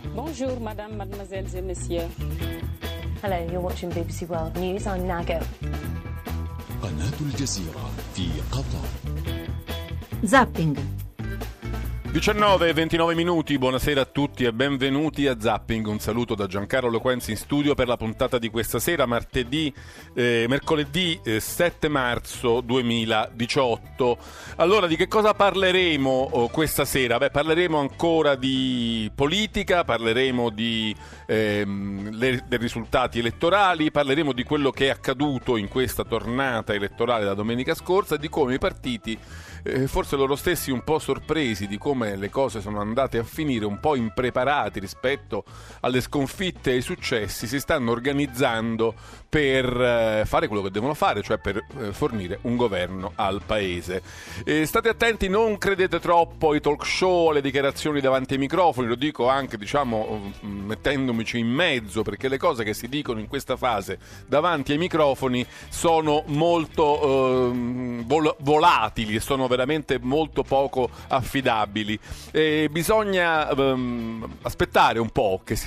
Bonjour, madame, mademoiselles et messieurs. Hello, you're watching BBC World News. I'm Nago. قناة الجزيرة في قطر. Zapping. 19:29 minuti, buonasera a tutti e benvenuti a Zapping. Un saluto da Giancarlo Loquenzi in studio per la puntata di questa sera, mercoledì 7 marzo 2018. Allora, di che cosa parleremo questa sera? Parleremo ancora di politica, parleremo dei risultati elettorali, parleremo di quello che è accaduto in questa tornata elettorale la domenica scorsa e di come i partiti, forse loro stessi un po' sorpresi di come le cose sono andate a finire, un po' impreparati rispetto alle sconfitte e ai successi, si stanno organizzando per fare quello che devono fare, cioè per fornire un governo al paese. State attenti, non credete troppo ai talk show, alle dichiarazioni davanti ai microfoni, lo dico anche mettendomici in mezzo, perché le cose che si dicono in questa fase davanti ai microfoni sono molto volatili e sono veramente molto poco affidabili. Bisogna aspettare un po' che si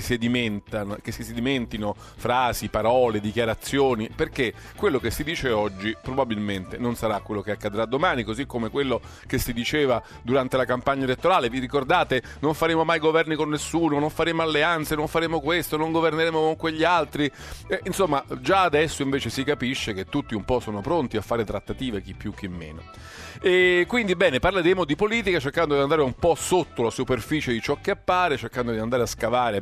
sedimentino frasi, parole, dichiarazioni, perché quello che si dice oggi probabilmente non sarà quello che accadrà domani, così come quello che si diceva durante la campagna elettorale. Vi ricordate? Non faremo mai governi con nessuno, non faremo alleanze, non faremo questo, non governeremo con quegli altri. Insomma, già adesso invece si capisce che tutti un po' sono pronti a fare trattative, chi più chi meno. E quindi bene, parleremo di politica cercando di andare un po' sotto la superficie di ciò che appare, cercando di andare a scavare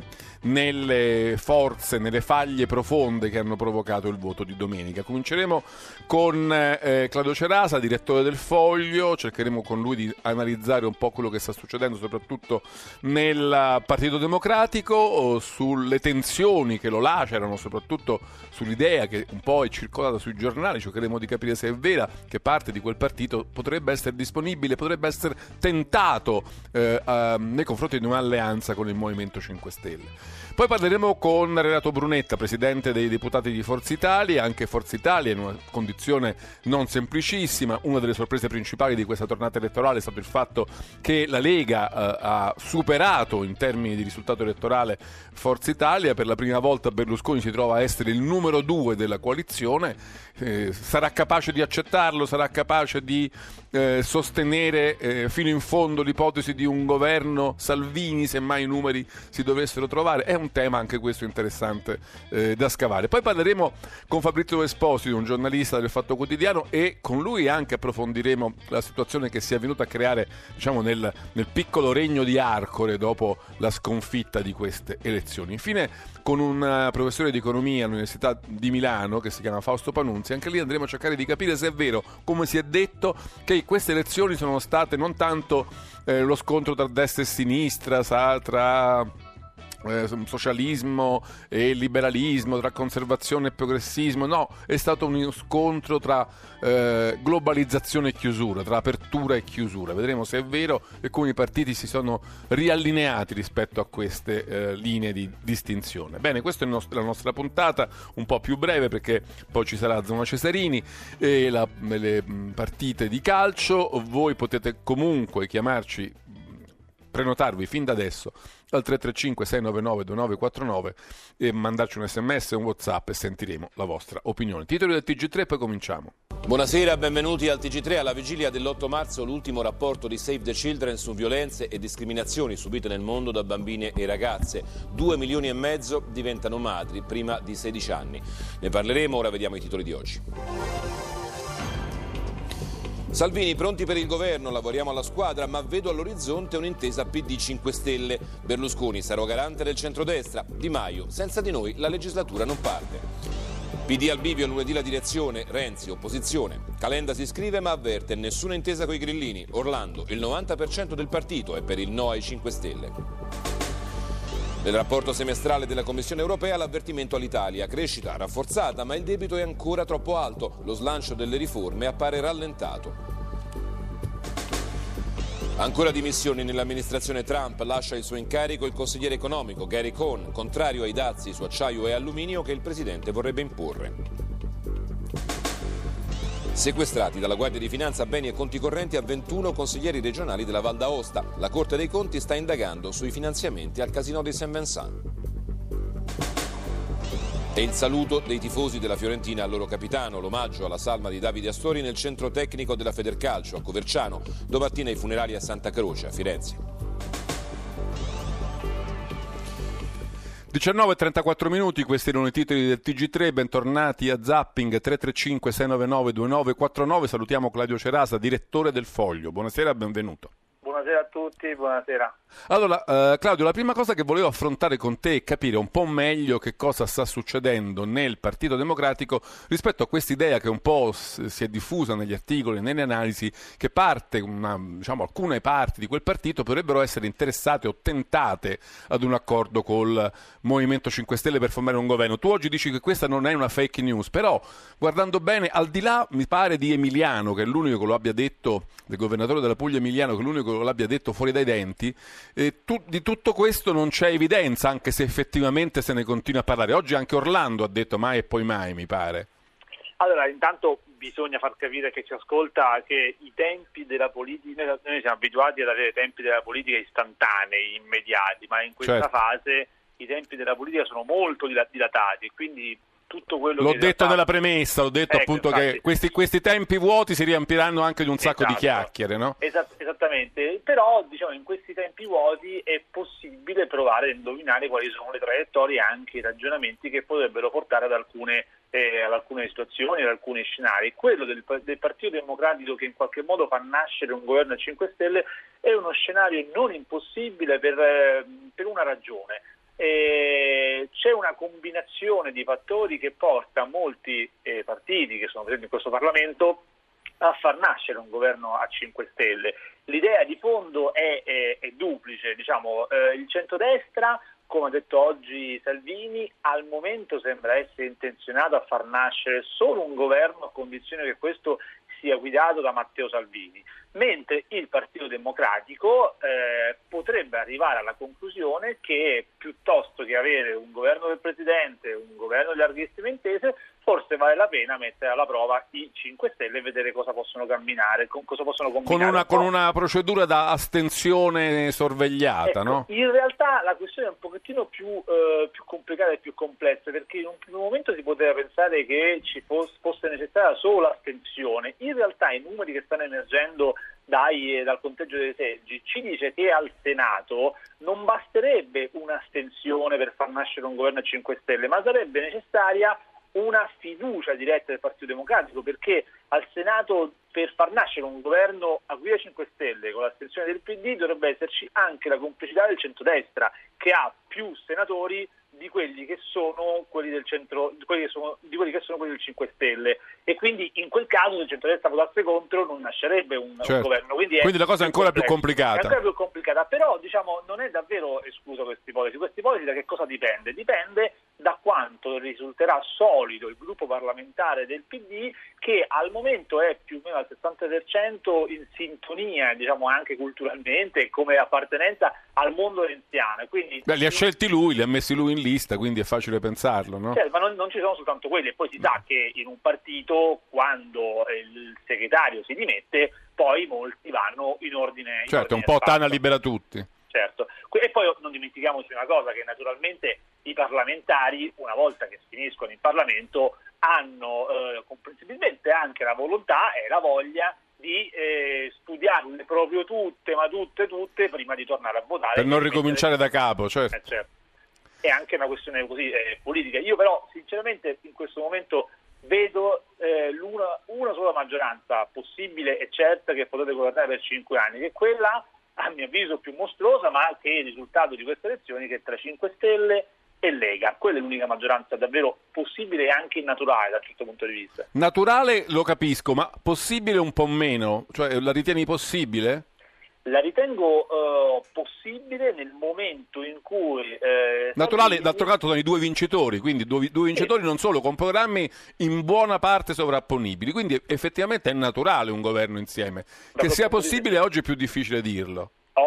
nelle forze, nelle faglie profonde che hanno provocato il voto di domenica. Cominceremo con Claudio Cerasa, direttore del Foglio. Cercheremo con lui di analizzare un po' quello che sta succedendo soprattutto nel Partito Democratico, sulle tensioni che lo lacerano, soprattutto sull'idea che un po' è circolata sui giornali. Cercheremo di capire se è vera che parte di quel partito potrebbe essere disponibile, potrebbe essere tentato nei confronti di un'alleanza con il Movimento 5 Stelle. Poi parleremo con Renato Brunetta, presidente dei deputati di Forza Italia. Anche Forza Italia è in una condizione non semplicissima. Una delle sorprese principali di questa tornata elettorale è stato il fatto che la Lega ha superato in termini di risultato elettorale Forza Italia. Per la prima volta Berlusconi si trova a essere il numero 2 della coalizione. Sarà capace di accettarlo? Sarà capace di sostenere fino in fondo l'ipotesi di un governo Salvini, se mai i numeri si dovessero trovare? È un tema anche questo interessante da scavare. Poi parleremo con Fabrizio Esposito, un giornalista del Fatto Quotidiano, e con lui anche approfondiremo la situazione che si è venuta a creare, nel piccolo regno di Arcore dopo la sconfitta di queste elezioni. Infine, con un professore di economia all'Università di Milano che si chiama Fausto Panunzi, anche lì andremo a cercare di capire se è vero, come si è detto, che queste elezioni sono state non tanto lo scontro tra destra e sinistra, tra socialismo e liberalismo, tra conservazione e progressismo. No, è stato uno scontro tra globalizzazione e chiusura, tra apertura e chiusura. Vedremo se è vero e come i partiti si sono riallineati rispetto a queste linee di distinzione. Bene, questa è la nostra puntata, un po' più breve perché poi ci sarà Zona Cesarini e le partite di calcio. Voi potete comunque chiamarci, prenotarvi fin da adesso al 335 699 2949 e mandarci un sms, un WhatsApp e sentiremo la vostra opinione. Titoli del TG3 e poi cominciamo. Buonasera, benvenuti al TG3. Alla vigilia dell'8 marzo l'ultimo rapporto di Save the Children su violenze e discriminazioni subite nel mondo da bambine e ragazze. 2,5 milioni diventano madri prima di 16 anni. Ne parleremo, ora vediamo i titoli di oggi. Salvini, pronti per il governo, lavoriamo alla squadra, ma vedo all'orizzonte un'intesa PD 5 Stelle. Berlusconi, sarò garante del centrodestra. Di Maio, senza di noi la legislatura non parte. PD al bivio, lunedì la direzione, Renzi, opposizione. Calenda si iscrive ma avverte, nessuna intesa coi grillini. Orlando, il 90% del partito è per il no ai 5 Stelle. Nel rapporto semestrale della Commissione europea l'avvertimento all'Italia: crescita rafforzata ma il debito è ancora troppo alto, lo slancio delle riforme appare rallentato. Ancora dimissioni nell'amministrazione Trump, lascia il suo incarico il consigliere economico Gary Cohn, contrario ai dazi su acciaio e alluminio che il presidente vorrebbe imporre. Sequestrati dalla Guardia di Finanza beni e conti correnti a 21 consiglieri regionali della Val d'Aosta. La Corte dei Conti sta indagando sui finanziamenti al Casino di Saint-Vincent. E il saluto dei tifosi della Fiorentina al loro capitano, l'omaggio alla salma di Davide Astori nel centro tecnico della Federcalcio a Coverciano. Domattina i funerali a Santa Croce, a Firenze. 19:34 minuti, questi erano i titoli del TG3, bentornati a Zapping 335 699 2949, salutiamo Claudio Cerasa, direttore del Foglio, buonasera, benvenuto. Buonasera a tutti, buonasera. Allora, Claudio, la prima cosa che volevo affrontare con te è capire un po' meglio che cosa sta succedendo nel Partito Democratico rispetto a quest'idea che un po' si è diffusa negli articoli, nelle analisi, che alcune parti di quel partito potrebbero essere interessate o tentate ad un accordo col Movimento 5 Stelle per formare un governo. Tu oggi dici che questa non è una fake news, però guardando bene, al di là, mi pare, di Emiliano, che è l'unico che lo abbia detto, del governatore della Puglia Emiliano, che è l'unico che l'abbia detto fuori dai denti, di tutto questo non c'è evidenza, anche se effettivamente se ne continua a parlare. Oggi anche Orlando ha detto mai e poi mai, mi pare. Allora, intanto bisogna far capire a chi ci ascolta che i tempi della politica, noi siamo abituati ad avere tempi della politica istantanei, immediati, ma in questa fase i tempi della politica sono molto dilatati, quindi tutto quello l'ho che detto nella premessa, ho detto appunto infatti, che questi tempi vuoti si riempiranno anche di un sacco di chiacchiere, no? Esattamente, però diciamo in questi tempi vuoti è possibile provare a indovinare quali sono le traiettorie e anche i ragionamenti che potrebbero portare ad alcune situazioni, ad alcuni scenari. Quello del Partito Democratico, che in qualche modo fa nascere un governo a 5 Stelle, è uno scenario non impossibile per una ragione. C'è una combinazione di fattori che porta molti partiti che sono presenti in questo Parlamento a far nascere un governo a 5 Stelle. L'idea di fondo è duplice, diciamo, il centrodestra, come ha detto oggi Salvini, al momento sembra essere intenzionato a far nascere solo un governo a condizione che questo sia guidato da Matteo Salvini, mentre il Partito Democratico potrebbe arrivare alla conclusione che piuttosto che avere un governo del Presidente, un governo di larghissima intesa, forse vale la pena mettere alla prova i 5 Stelle e vedere cosa possono combinare. Con una procedura da astensione sorvegliata, ecco, no? In realtà la questione è un pochettino più complicata e più complessa, perché in un primo momento si poteva pensare che ci fosse necessaria solo l'astensione. In realtà i numeri che stanno emergendo dal conteggio dei seggi ci dice che al Senato non basterebbe un'astensione per far nascere un governo a 5 Stelle, ma sarebbe necessaria una fiducia diretta del Partito Democratico, perché al Senato per far nascere un governo a guida 5 Stelle con l'astensione del PD dovrebbe esserci anche la complicità del centrodestra, che ha più senatori di quelli che sono quelli del centro, di quelli che sono quelli del 5 Stelle, e quindi in quel caso se il centrodestra votasse contro non nascerebbe un governo. Quindi la cosa è ancora più complicata. È ancora più complicata, però diciamo non è davvero esclusa questa ipotesi. Questa ipotesi da che cosa dipende? Dipende da quanto risulterà solido il gruppo parlamentare del PD, che al momento è più o meno al 60% in sintonia, diciamo anche culturalmente, come appartenenza al mondo renziano. Quindi li ha scelti lui, li ha messi lui in lista, quindi è facile pensarlo, no? Ma non ci sono soltanto quelli, e poi si sa che in un partito quando il segretario si dimette poi molti vanno in ordine. Certo, un po' Tana libera tutti. Certo, e poi non dimentichiaamoci una cosa, che naturalmente i parlamentari, una volta che finiscono in Parlamento, hanno comprensibilmente anche la volontà e la voglia di studiarle proprio tutte, ma tutte, prima di tornare a votare. Per non ricominciare da capo, certo. Certo. È anche una questione così politica. Io però sinceramente in questo momento vedo una sola maggioranza possibile e certa che potete governare per 5 anni, che è quella, a mio avviso, più mostruosa, ma che è il risultato di queste elezioni, che è tra 5 Stelle e Lega. Quella è l'unica maggioranza davvero possibile e anche naturale dal certo punto di vista. Naturale lo capisco, ma possibile un po' meno? Cioè, la ritieni possibile? La ritengo possibile nel momento in cui... Naturale, d'altro canto, sono i due vincitori, quindi due vincitori non solo, con programmi in buona parte sovrapponibili, quindi effettivamente è naturale un governo insieme. Che sia possibile oggi è più difficile dirlo. Oggi è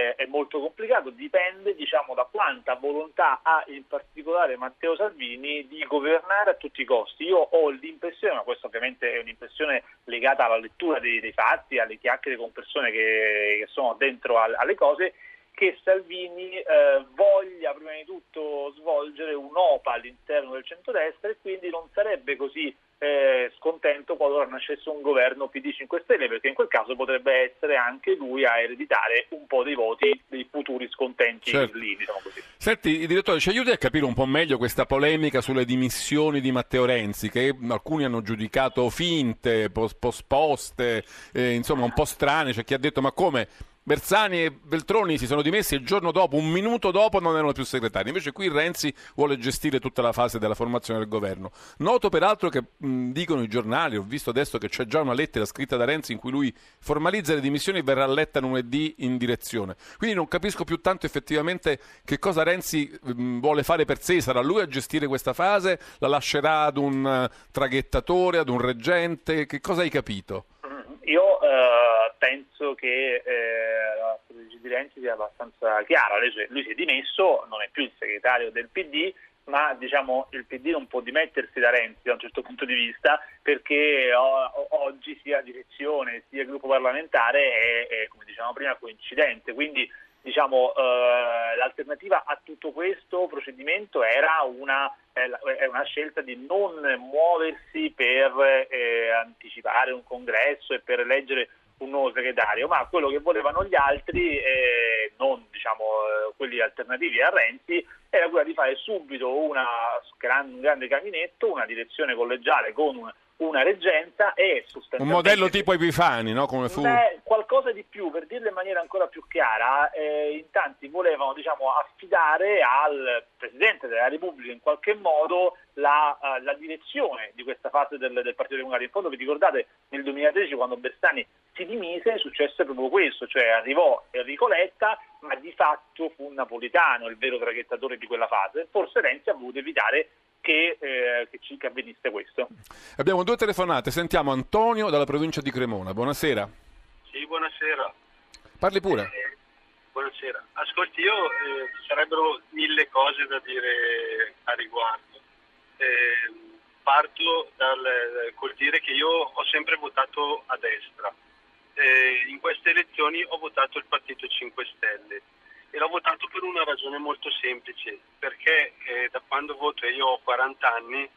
è molto complicato, dipende da quanta volontà ha in particolare Matteo Salvini di governare a tutti i costi. Io ho l'impressione, ma questa ovviamente è un'impressione legata alla lettura dei fatti, alle chiacchiere con persone che sono dentro alle cose, che Salvini voglia prima di tutto svolgere un'OPA all'interno del centrodestra e quindi non sarebbe così scontento qualora nascesse un governo PD 5 Stelle, perché in quel caso potrebbe essere anche lui a ereditare un po' dei voti dei futuri scontenti lì, così. Senti, direttore, ci aiuti a capire un po' meglio questa polemica sulle dimissioni di Matteo Renzi, che alcuni hanno giudicato finte, posposte, insomma un po' strane. C'è chi ha detto: ma come? Bersani e Veltroni si sono dimessi e il giorno dopo, un minuto dopo, non erano più segretari. Invece qui Renzi vuole gestire tutta la fase della formazione del governo. Noto peraltro che dicono i giornali, ho visto adesso che c'è già una lettera scritta da Renzi in cui lui formalizza le dimissioni e verrà letta lunedì in direzione. Quindi non capisco più tanto effettivamente che cosa Renzi vuole fare per sé. Sarà lui a gestire questa fase? La lascerà ad un traghettatore, ad un reggente? Che cosa hai capito? Io penso che la strategia di Renzi sia abbastanza chiara. Lui si è dimesso, non è più il segretario del PD, ma il PD non può dimettersi da Renzi da un certo punto di vista, perché oggi sia direzione sia gruppo parlamentare è come dicevamo prima, coincidente. Quindi l'alternativa a tutto questo procedimento era una scelta di non muoversi per anticipare un congresso e per eleggere un nuovo segretario, ma quello che volevano gli altri, non quelli alternativi a Renzi, era quella di fare subito un grande caminetto, una direzione collegiale con una reggenza e sostanzialmente un modello tipo Epifani, no? Come fu qualcosa di più, per dirlo in maniera ancora più chiara. In tanti volevano affidare al Presidente della Repubblica in qualche modo la direzione di questa fase del Partito Democratico. In fondo vi ricordate nel 2013 quando Bersani si dimise, successe proprio questo, cioè arrivò Enrico Letta, ma di fatto fu Napolitano il vero traghettatore di quella fase. Forse Renzi ha voluto evitare che avvenisse questo. Abbiamo 2 telefonate, sentiamo Antonio dalla provincia di Cremona. Buonasera. Sì, buonasera. Parli pure. Buonasera. Ascolti, ci sarebbero 1000 cose da dire a riguardo. Parto col dire che io ho sempre votato a destra. In queste elezioni ho votato il Partito 5 Stelle. E l'ho votato per una ragione molto semplice, perché da quando voto, e io ho 40 anni,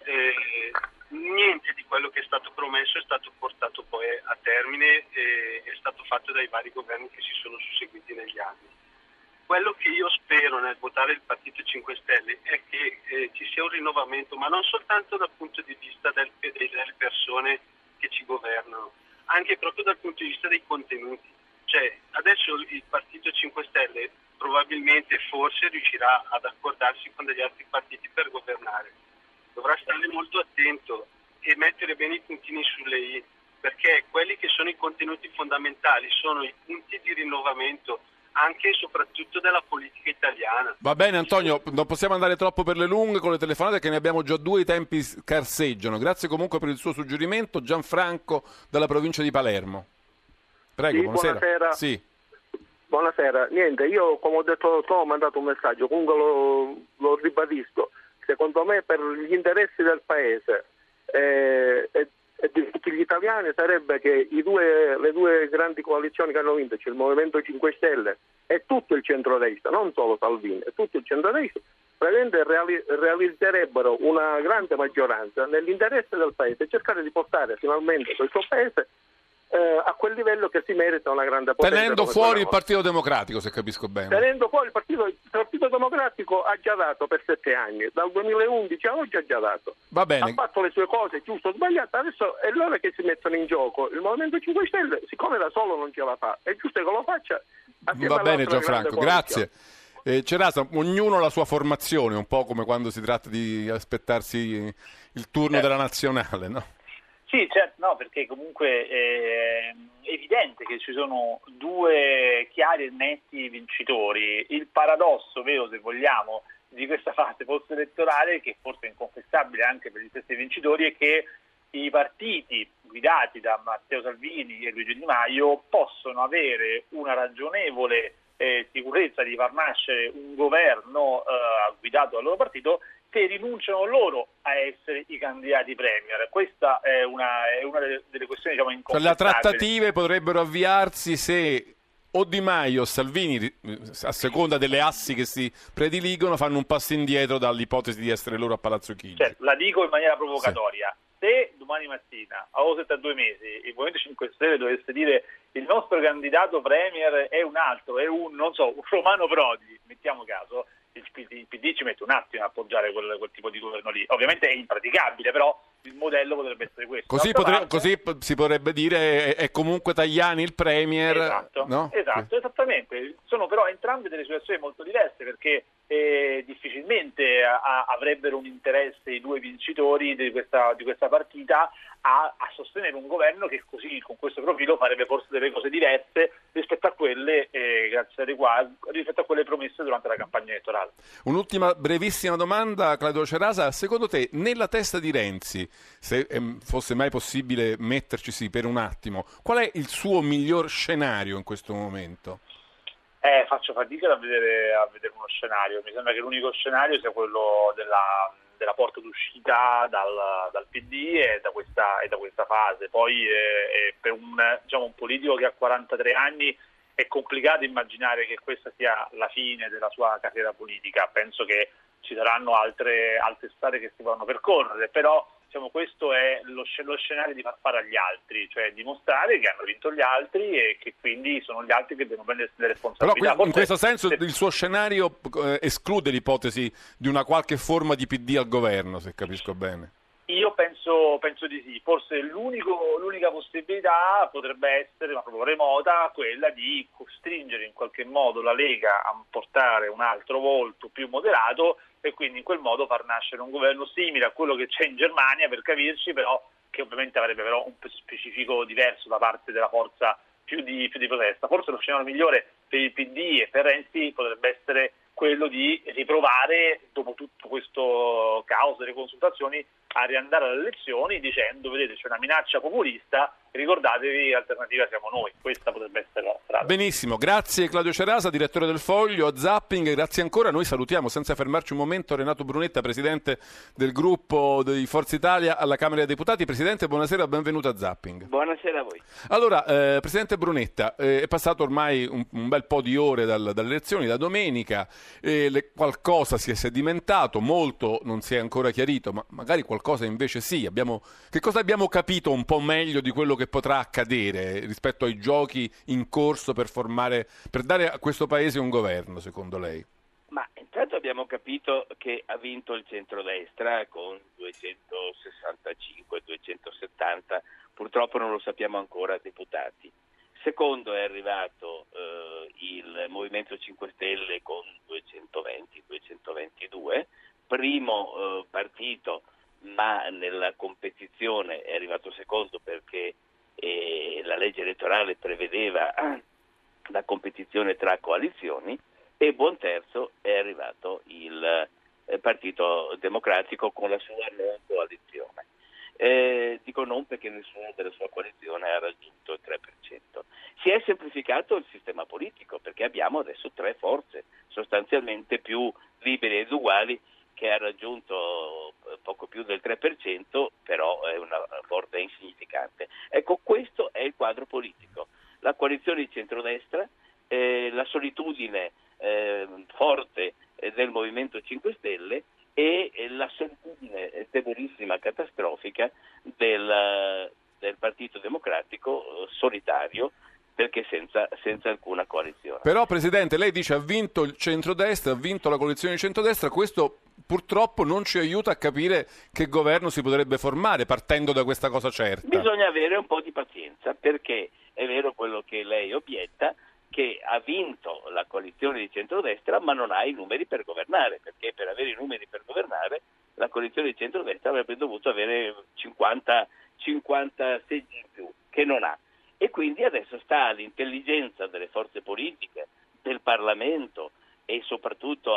niente di quello che è stato promesso è stato portato poi a termine e è stato fatto dai vari governi che si sono susseguiti negli anni. Quello che io spero nel votare il Partito 5 Stelle è che ci sia un rinnovamento, ma non soltanto dal punto di vista delle persone che ci governano, anche proprio dal punto di vista dei contenuti. Cioè, adesso il Partito 5 Stelle probabilmente, forse, riuscirà ad accordarsi con degli altri partiti per governare. Dovrà stare molto attento e mettere bene i puntini sulle i, perché quelli che sono i contenuti fondamentali sono i punti di rinnovamento anche e soprattutto della politica italiana. Va bene Antonio, non possiamo andare troppo per le lunghe con le telefonate, che ne abbiamo già 2, i tempi scarseggiano. Grazie comunque per il suo suggerimento. Gianfranco dalla provincia di Palermo. Prego, sì, buonasera. Buonasera. Sì. Buonasera. Niente, io come ho detto, ho mandato un messaggio, comunque lo ribadisco. Secondo me per gli interessi del Paese e di tutti gli italiani sarebbe che le due grandi coalizioni che hanno vinto, cioè il Movimento 5 Stelle e tutto il centrodestra, non solo Salvini, e tutto il centrodestra, realizzerebbero una grande maggioranza nell'interesse del Paese e cercare di portare finalmente questo Paese a quel livello che si merita una grande potenza. Tenendo fuori il Partito Democratico, se capisco bene. Tenendo fuori il Partito Democratico ha già dato per 7 anni, dal 2011 a oggi ha già dato. Va bene. Ha fatto le sue cose, giusto o sbagliato, adesso è l'ora che si mettono in gioco. Il Movimento 5 Stelle, siccome da solo non ce la fa, è giusto che lo faccia. Va bene Gianfranco, grazie. Cerasa, ognuno la sua formazione, un po' come quando si tratta di aspettarsi il turno della nazionale, no? Sì, certo, no, perché comunque è evidente che ci sono 2 chiari e netti vincitori. Il paradosso, vero, se vogliamo, di questa fase post-elettorale, che forse è inconfessabile anche per gli stessi vincitori, è che i partiti guidati da Matteo Salvini e Luigi Di Maio possono avere una ragionevole sicurezza di far nascere un governo guidato dal loro partito, se rinunciano loro a essere i candidati premier. Questa è una delle questioni, diciamo, incontestabili. Le trattative potrebbero avviarsi se o Di Maio o Salvini, a seconda delle assi che si prediligono, fanno un passo indietro dall'ipotesi di essere loro a Palazzo Chigi. Certo, la dico in maniera provocatoria. Sì. Se domani mattina, a 72 mesi, il Movimento 5 Stelle dovesse dire il nostro candidato premier è un altro, è un Romano Prodi, mettiamo caso, il PD ci mette un attimo a appoggiare quel tipo di governo lì. Ovviamente è impraticabile, però il modello potrebbe essere questo. Così si potrebbe dire è comunque Tajani il premier. Esatto, no? Esattamente. Sono però entrambe delle situazioni molto diverse, perché difficilmente avrebbero un interesse i due vincitori di questa partita a sostenere un governo che così, con questo profilo, farebbe forse delle cose diverse rispetto a quelle rispetto a quelle promesse durante la campagna elettorale. Un'ultima brevissima domanda, Claudio Cerasa: secondo te, nella testa di Renzi, se fosse mai possibile mettercisi per un attimo, qual è il suo miglior scenario in questo momento? Faccio fatica a vedere uno scenario. Mi sembra che l'unico scenario sia quello della porta d'uscita dal PD e da questa fase. Poi per un politico che ha 43 anni è complicato immaginare che questa sia la fine della sua carriera politica. Penso che ci saranno altre strade che si possono percorrere, però questo è lo scenario di far fare agli altri, cioè dimostrare che hanno vinto gli altri e che quindi sono gli altri che devono prendersi le responsabilità. Però in questo senso il suo scenario esclude l'ipotesi di una qualche forma di PD al governo, se capisco bene. Io penso di sì. Forse l'unica possibilità potrebbe essere, ma proprio remota, quella di costringere in qualche modo la Lega a portare un altro volto più moderato e quindi in quel modo far nascere un governo simile a quello che c'è in Germania, per capirci, però che ovviamente avrebbe però un specifico diverso da parte della forza più di protesta. Forse lo scenario migliore per il PD e per Renzi potrebbe essere quello di riprovare, dopo tutto questo caos delle consultazioni, a riandare alle elezioni dicendo: vedete, c'è una minaccia populista, ricordatevi, l'alternativa siamo noi. Questa potrebbe essere la strada. Benissimo, grazie Claudio Cerasa, direttore del Foglio, a Zapping, grazie ancora. Noi salutiamo senza fermarci un momento Renato Brunetta, presidente del gruppo di Forza Italia alla Camera dei Deputati. Presidente, buonasera, benvenuto a Zapping. Buonasera a voi. Allora, presidente Brunetta, è passato ormai un bel po' di ore dalle elezioni, da domenica, qualcosa si è sedimentato, molto non si è ancora chiarito, ma magari qualcosa invece sì. Che cosa abbiamo capito un po' meglio di quello che potrà accadere rispetto ai giochi in corso per dare a questo paese un governo, secondo lei? Ma intanto abbiamo capito che ha vinto il centrodestra con 265, 270, purtroppo non lo sappiamo ancora, deputati. Secondo è arrivato il Movimento 5 Stelle con 220, 222, primo partito, ma nella competizione è arrivato secondo perché la legge elettorale prevedeva la competizione tra coalizioni, e buon terzo è arrivato il Partito Democratico con la sua non coalizione. Dico non perché nessuno della sua coalizione ha raggiunto il 3%. Si è semplificato il sistema politico perché abbiamo adesso tre forze sostanzialmente più libere ed uguali, che ha raggiunto poco più del 3%, però è una forza insignificante. Ecco, questo è il quadro politico. La coalizione di centrodestra, la solitudine forte del Movimento 5 Stelle e la solitudine debolissima, catastrofica del Partito Democratico solitario, perché senza alcuna coalizione. Però, Presidente, lei dice ha vinto il centrodestra, ha vinto la coalizione di centrodestra, questo purtroppo non ci aiuta a capire che governo si potrebbe formare partendo da questa cosa certa. Bisogna avere un po' di pazienza, perché è vero quello che lei obietta, che ha vinto la coalizione di centrodestra ma non ha i numeri per governare, perché per avere i numeri per governare la coalizione di centrodestra avrebbe dovuto avere 50 seggi in più, che non ha. E quindi adesso sta all'intelligenza delle forze politiche, del Parlamento e soprattutto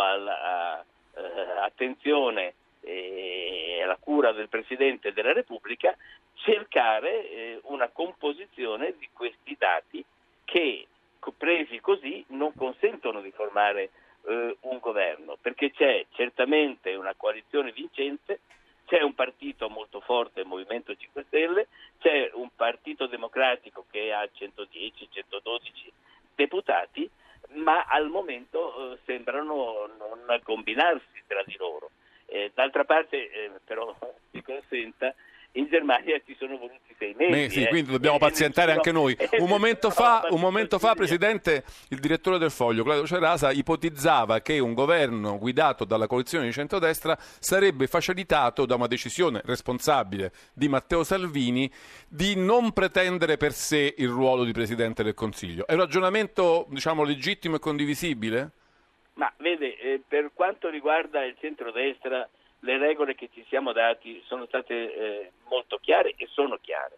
all'attenzione e alla cura del Presidente della Repubblica cercare una composizione di questi dati che presi così non consentono di formare un governo, perché c'è certamente una coalizione vincente, c'è un partito molto forte, il Movimento 5 Stelle, c'è un partito democratico che ha 110-112 deputati, ma al momento sembrano non combinarsi tra di loro. D'altra parte, però, mi consenta, in Germania ci sono voluti 6 mesi. Quindi dobbiamo pazientare anche noi. Un momento fa, Presidente, il direttore del Foglio, Claudio Cerasa, ipotizzava che un governo guidato dalla coalizione di centrodestra sarebbe facilitato da una decisione responsabile di Matteo Salvini di non pretendere per sé il ruolo di Presidente del Consiglio. È un ragionamento, legittimo e condivisibile? Ma vede, per quanto riguarda il centrodestra, le regole che ci siamo dati sono state molto chiare e sono chiare.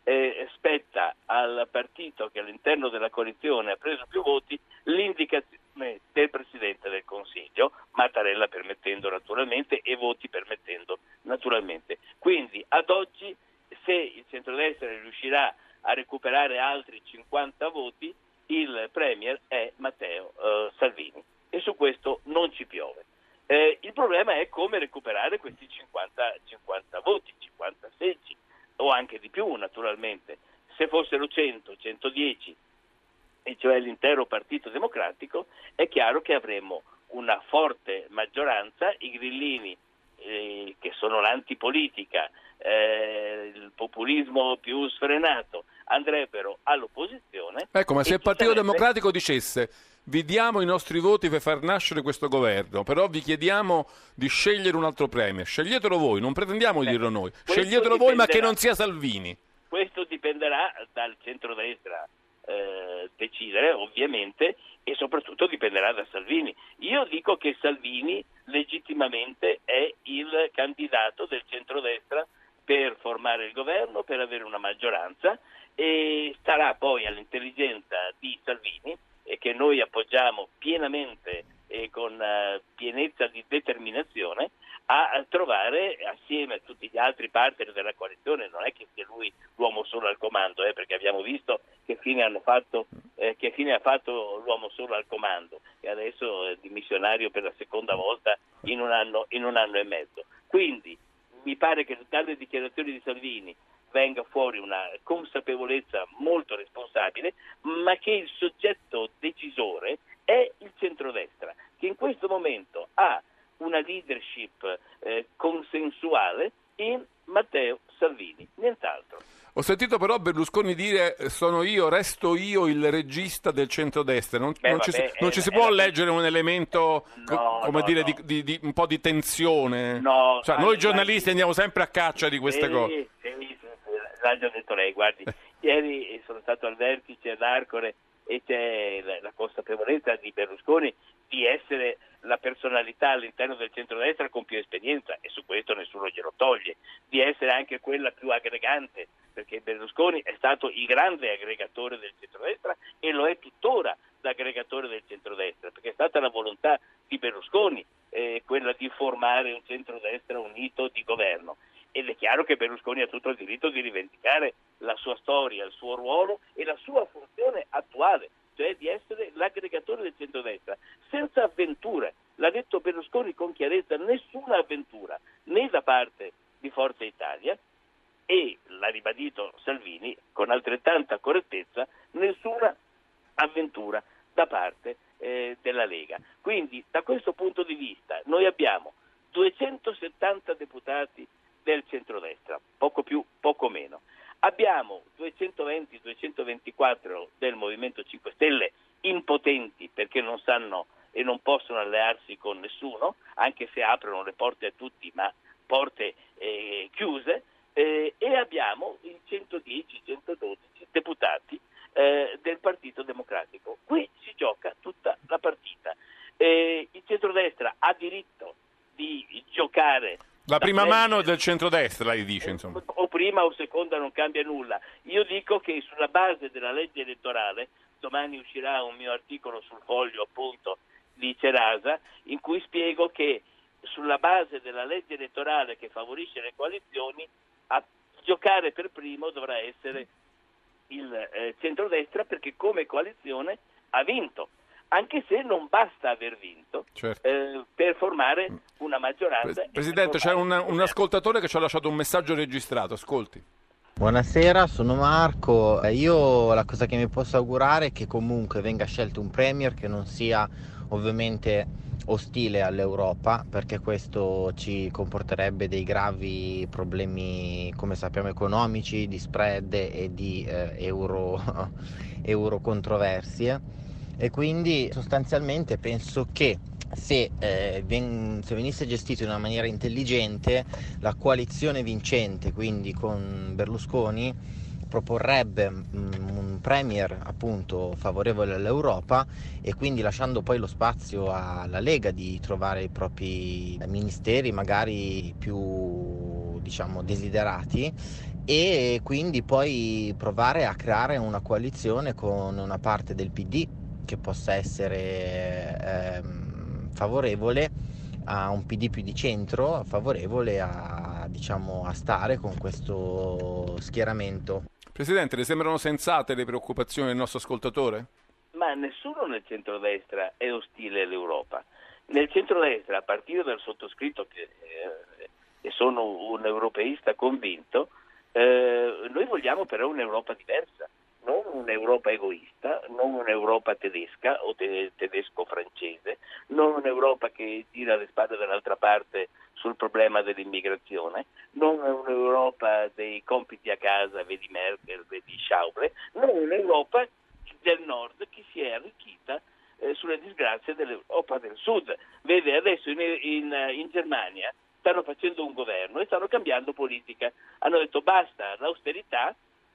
Spetta al partito che all'interno della coalizione ha preso più voti l'indicazione del Presidente del Consiglio, Mattarella permettendo naturalmente e voti permettendo naturalmente. Quindi ad oggi, se il centrodestra riuscirà a recuperare altri 50 voti, il Premier è Matteo Salvini e su questo non ci piove. Il problema è come recuperare questi 50 voti, 50 seggi o anche di più naturalmente. Se fossero 100, 110, e cioè l'intero Partito Democratico, è chiaro che avremmo una forte maggioranza, i grillini che sono l'antipolitica, il populismo più sfrenato andrebbero all'opposizione. Ecco, ma se il Partito Democratico dicesse: vi diamo i nostri voti per far nascere questo governo, però vi chiediamo di scegliere un altro premier. Sceglietelo voi, non pretendiamo di dirlo noi. Sceglietelo voi, ma che non sia Salvini. Questo dipenderà dal centrodestra decidere, ovviamente, e soprattutto dipenderà da Salvini. Io dico che Salvini legittimamente è il candidato del centrodestra per formare il governo, per avere una maggioranza, e starà poi all'intelligenza di Salvini, che noi appoggiamo pienamente e con pienezza di determinazione, a trovare assieme a tutti gli altri partner della coalizione. Non è che sia lui l'uomo solo al comando, perché abbiamo visto che fine ha fatto l'uomo solo al comando, e adesso è dimissionario per la seconda volta in un anno e mezzo. Quindi mi pare che dalle dichiarazioni di Salvini venga fuori una consapevolezza molto responsabile, ma che il soggetto decisore è il centrodestra, che in questo momento ha una leadership consensuale in Matteo Salvini, nient'altro. Ho sentito però Berlusconi dire: resto io il regista del centrodestra. Non ci si può leggere un elemento di un po' di tensione? Noi giornalisti andiamo sempre a caccia di queste cose. L'ha già detto lei, guardi, ieri sono stato al vertice all'Arcore e c'è la consapevolezza di Berlusconi di essere la personalità all'interno del centrodestra con più esperienza, e su questo nessuno glielo toglie, di essere anche quella più aggregante, perché Berlusconi è stato il grande aggregatore del centrodestra e lo è tuttora l'aggregatore del centrodestra, perché è stata la volontà di Berlusconi quella di formare un centrodestra unito di governo. Ed è chiaro che Berlusconi ha tutto il diritto di rivendicare la sua storia, il suo ruolo e la sua funzione attuale, cioè di essere l'aggregatore del centrodestra, senza avventure. L'ha detto Berlusconi con chiarezza: nessuna avventura, né da parte di Forza Italia, e l'ha ribadito Salvini con altrettanta correttezza, nessuna avventura da parte della Lega. Quindi da questo punto di vista noi abbiamo 270 deputati del centrodestra, poco più, poco meno. Abbiamo 220-224 del Movimento 5 Stelle impotenti perché non sanno e non possono allearsi con nessuno, anche se aprono le porte a tutti, ma porte chiuse, e abbiamo i 110-112 deputati del Partito Democratico. Qui si gioca tutta la partita. Il centrodestra ha diritto di giocare la prima mano del centrodestra, lei dice, insomma. O prima o seconda non cambia nulla. Io dico che sulla base della legge elettorale, domani uscirà un mio articolo sul Foglio, appunto, di Cerasa, in cui spiego che sulla base della legge elettorale che favorisce le coalizioni, a giocare per primo dovrà essere il centrodestra, perché come coalizione ha vinto, anche se non basta aver vinto per formare una maggioranza. Presidente, c'è un ascoltatore che ci ha lasciato un messaggio registrato, ascolti. Buonasera, sono Marco. Io la cosa che mi posso augurare è che comunque venga scelto un premier che non sia ovviamente ostile all'Europa, perché questo ci comporterebbe dei gravi problemi, come sappiamo, economici, di spread e di euro controversie, e quindi sostanzialmente penso che se venisse gestito in una maniera intelligente, la coalizione vincente, quindi con Berlusconi, proporrebbe un premier appunto favorevole all'Europa, e quindi lasciando poi lo spazio alla Lega di trovare i propri ministeri magari più, diciamo, desiderati, e quindi poi provare a creare una coalizione con una parte del PD che possa essere favorevole a un PD più di centro, favorevole a, diciamo, a stare con questo schieramento. Presidente, le sembrano sensate le preoccupazioni del nostro ascoltatore? Ma nessuno nel centrodestra è ostile all'Europa. Nel centrodestra, a partire dal sottoscritto, che sono un europeista convinto, noi vogliamo però un'Europa diversa, non un'Europa egoista, non un'Europa tedesca o tedesco-francese, non un'Europa che tira le spade dall'altra parte sul problema dell'immigrazione, non un'Europa dei compiti a casa, vedi Merkel, vedi Schäuble, non un'Europa del nord che si è arricchita sulle disgrazie dell'Europa del sud. Vede, adesso in Germania stanno facendo un governo e stanno cambiando politica, hanno detto basta l'austerità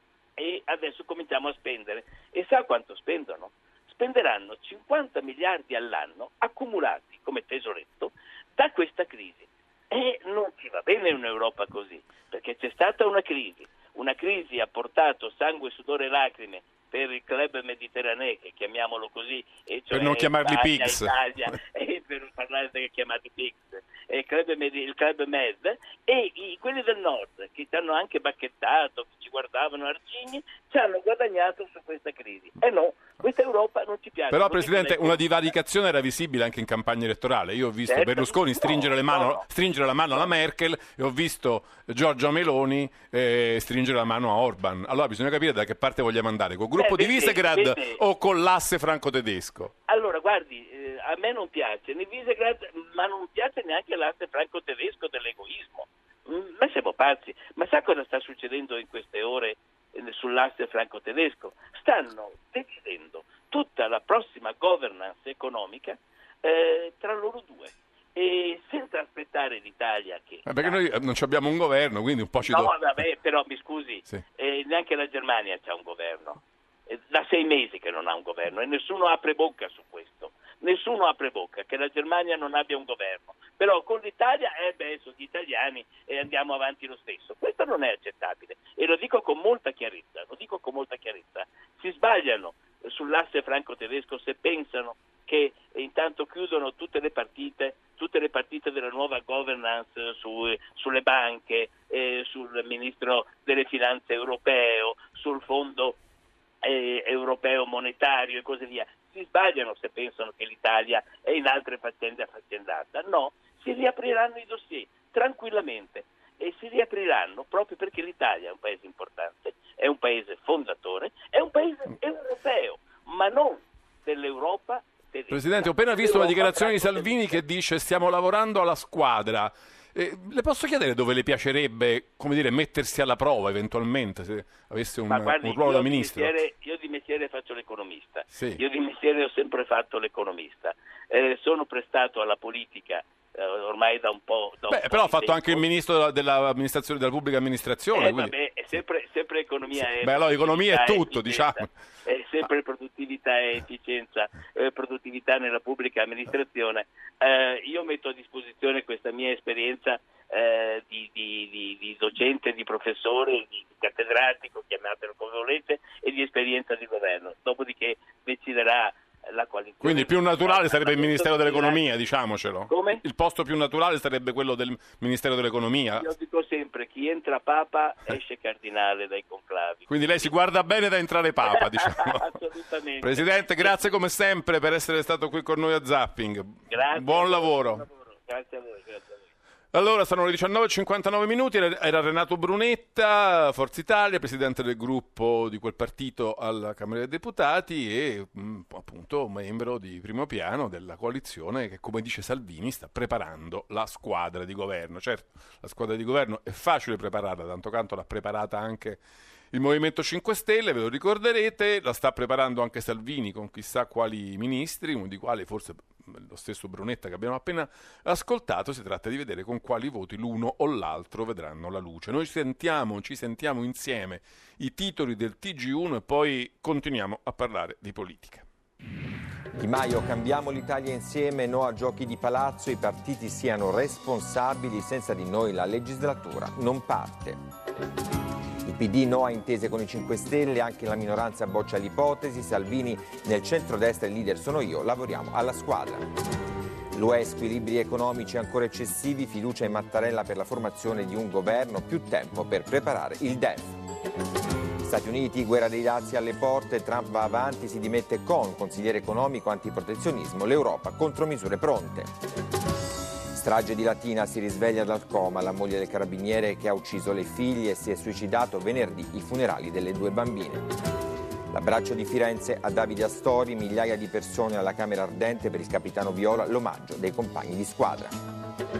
e adesso cominciamo a spendere. E sa quanto spendono? Spenderanno 50 miliardi all'anno accumulati come tesoretto da questa crisi. E non ci va bene un'Europa così, perché c'è stata una crisi ha portato sangue, sudore e lacrime per il club mediterraneo, che chiamiamolo così, e cioè per non chiamarli PIGS, Italia, e per non parlare che chiamati PIGS, il club Med, e quelli del nord che ci hanno anche bacchettato, che ci guardavano arcigni, ci hanno guadagnato su questa crisi. E no, questa Europa non ci piace. Però, Presidente, una divaricazione era visibile anche in campagna elettorale. Io ho visto Berlusconi stringere la mano alla Merkel, e ho visto Giorgia Meloni stringere la mano a Orban. Allora bisogna capire da che parte vogliamo andare, col gruppo di Visegrad o con l'asse franco-tedesco. Allora, guardi, a me non piace né Visegrad, ma non piace neanche l'asse franco-tedesco dell'egoismo. Ma siamo pazzi. Ma sa cosa sta succedendo in queste ore sull'asse franco-tedesco? Stanno decidendo tutta la prossima governance economica tra loro due, e senza aspettare l'Italia che... perché noi non abbiamo un governo, quindi un po' ci No, vabbè, però mi scusi, sì. Neanche la Germania c'ha un governo. Da 6 mesi che non ha un governo, e nessuno apre bocca su questo. Nessuno apre bocca che la Germania non abbia un governo. Però con l'Italia, sono gli italiani e andiamo avanti lo stesso. Questo non è accettabile, e lo dico con molta chiarezza. Si sbagliano sull'asse franco-tedesco se pensano che intanto chiudono tutte le partite della nuova governance sulle banche, sul ministro delle finanze europeo, sul fondo europeo monetario e così via. Si sbagliano se pensano che l'Italia è in altre faccende affaccendata. No, si riapriranno i dossier tranquillamente, e si riapriranno proprio perché l'Italia è un paese importante, è un paese fondatore, è un paese europeo, ma non dell'Europa tedesca. Presidente, ho appena visto la dichiarazione di Salvini che dice stiamo lavorando alla squadra. Le posso chiedere dove le piacerebbe, come dire, mettersi alla prova eventualmente, se avesse un ruolo da ministro? Io di mestiere faccio l'economista, sì. Io di mestiere ho sempre fatto l'economista, sono prestato alla politica ormai da un po'. Però ha fatto anche il ministro della pubblica amministrazione. Vabbè, è sempre economia. Sì. Allora, economia è tutto, diciamo. È sempre produttività e efficienza, produttività nella pubblica amministrazione. Io metto a disposizione questa mia esperienza di docente, di professore, di cattedratico, chiamatelo come volete, e di esperienza di governo. Dopodiché deciderà la coalizione. Quindi più naturale sarebbe il Ministero dell'Economia, diciamocelo. Come? Il posto più naturale sarebbe quello del Ministero dell'Economia. Io dico sempre, chi entra Papa esce cardinale dai conclavi. Quindi lei si guarda bene da entrare Papa, diciamo. Assolutamente. Presidente, grazie come sempre per essere stato qui con noi a Zapping. Grazie. Buon lavoro. Grazie a voi, grazie a voi. Allora, sono le 19:59 minuti, era Renato Brunetta, Forza Italia, presidente del gruppo di quel partito alla Camera dei Deputati e appunto membro di primo piano della coalizione che, come dice Salvini, sta preparando la squadra di governo. Certo, la squadra di governo è facile prepararla, tanto canto l'ha preparata anche il Movimento 5 Stelle, ve lo ricorderete, la sta preparando anche Salvini con chissà quali ministri, uno di quali forse lo stesso Brunetta che abbiamo appena ascoltato. Si tratta di vedere con quali voti l'uno o l'altro vedranno la luce. Noi ci sentiamo insieme i titoli del TG1 e poi continuiamo a parlare di politica. Di Maio, cambiamo l'Italia insieme, no a giochi di palazzo, i partiti siano responsabili, senza di noi la legislatura non parte. Il PD no a intese con i 5 Stelle, anche la minoranza boccia l'ipotesi, Salvini nel centrodestra il leader sono io, lavoriamo alla squadra. L'UE squilibri economici ancora eccessivi, fiducia in Mattarella per la formazione di un governo, più tempo per preparare il DEF. Stati Uniti, guerra dei dazi alle porte, Trump va avanti, si dimette Cohn, consigliere economico antiprotezionismo, l'Europa contromisure pronte. Strage di Latina, si risveglia dal coma la moglie del carabiniere che ha ucciso le figlie e si è suicidato venerdì, i funerali delle 2 bambine. L'abbraccio di Firenze a Davide Astori, migliaia di persone alla Camera Ardente per il capitano Viola, l'omaggio dei compagni di squadra.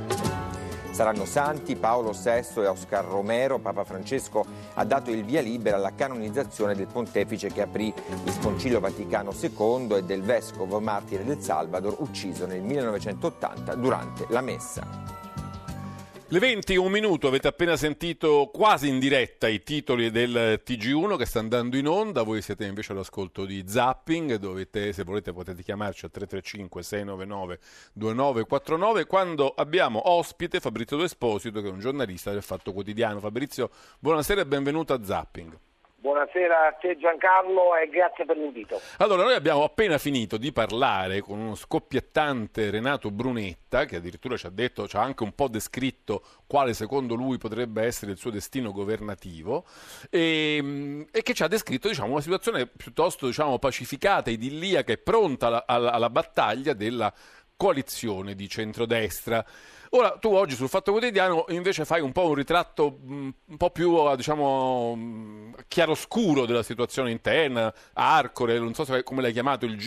Saranno santi Paolo VI e Oscar Romero. Papa Francesco ha dato il via libera alla canonizzazione del pontefice che aprì il Concilio Vaticano II e del vescovo martire del Salvador ucciso nel 1980 durante la messa. Le 20:01 minuto, avete appena sentito quasi in diretta i titoli del TG1 che sta andando in onda. Voi siete invece all'ascolto di Zapping, se volete potete chiamarci a 335 699 2949 quando abbiamo ospite Fabrizio D'Esposito, che è un giornalista del Fatto Quotidiano. Fabrizio, buonasera e benvenuto a Zapping. Buonasera a te Giancarlo e grazie per l'invito. Allora, noi abbiamo appena finito di parlare con uno scoppiettante Renato Brunetta, che addirittura ci ha anche un po' descritto quale secondo lui potrebbe essere il suo destino governativo e che ci ha descritto una situazione piuttosto pacificata, idilliaca e pronta alla battaglia della coalizione di centrodestra. Ora, tu oggi sul Fatto Quotidiano invece fai un po' un ritratto un po' più, chiaroscuro della situazione interna, Arcore, non so come l'hai chiamato, il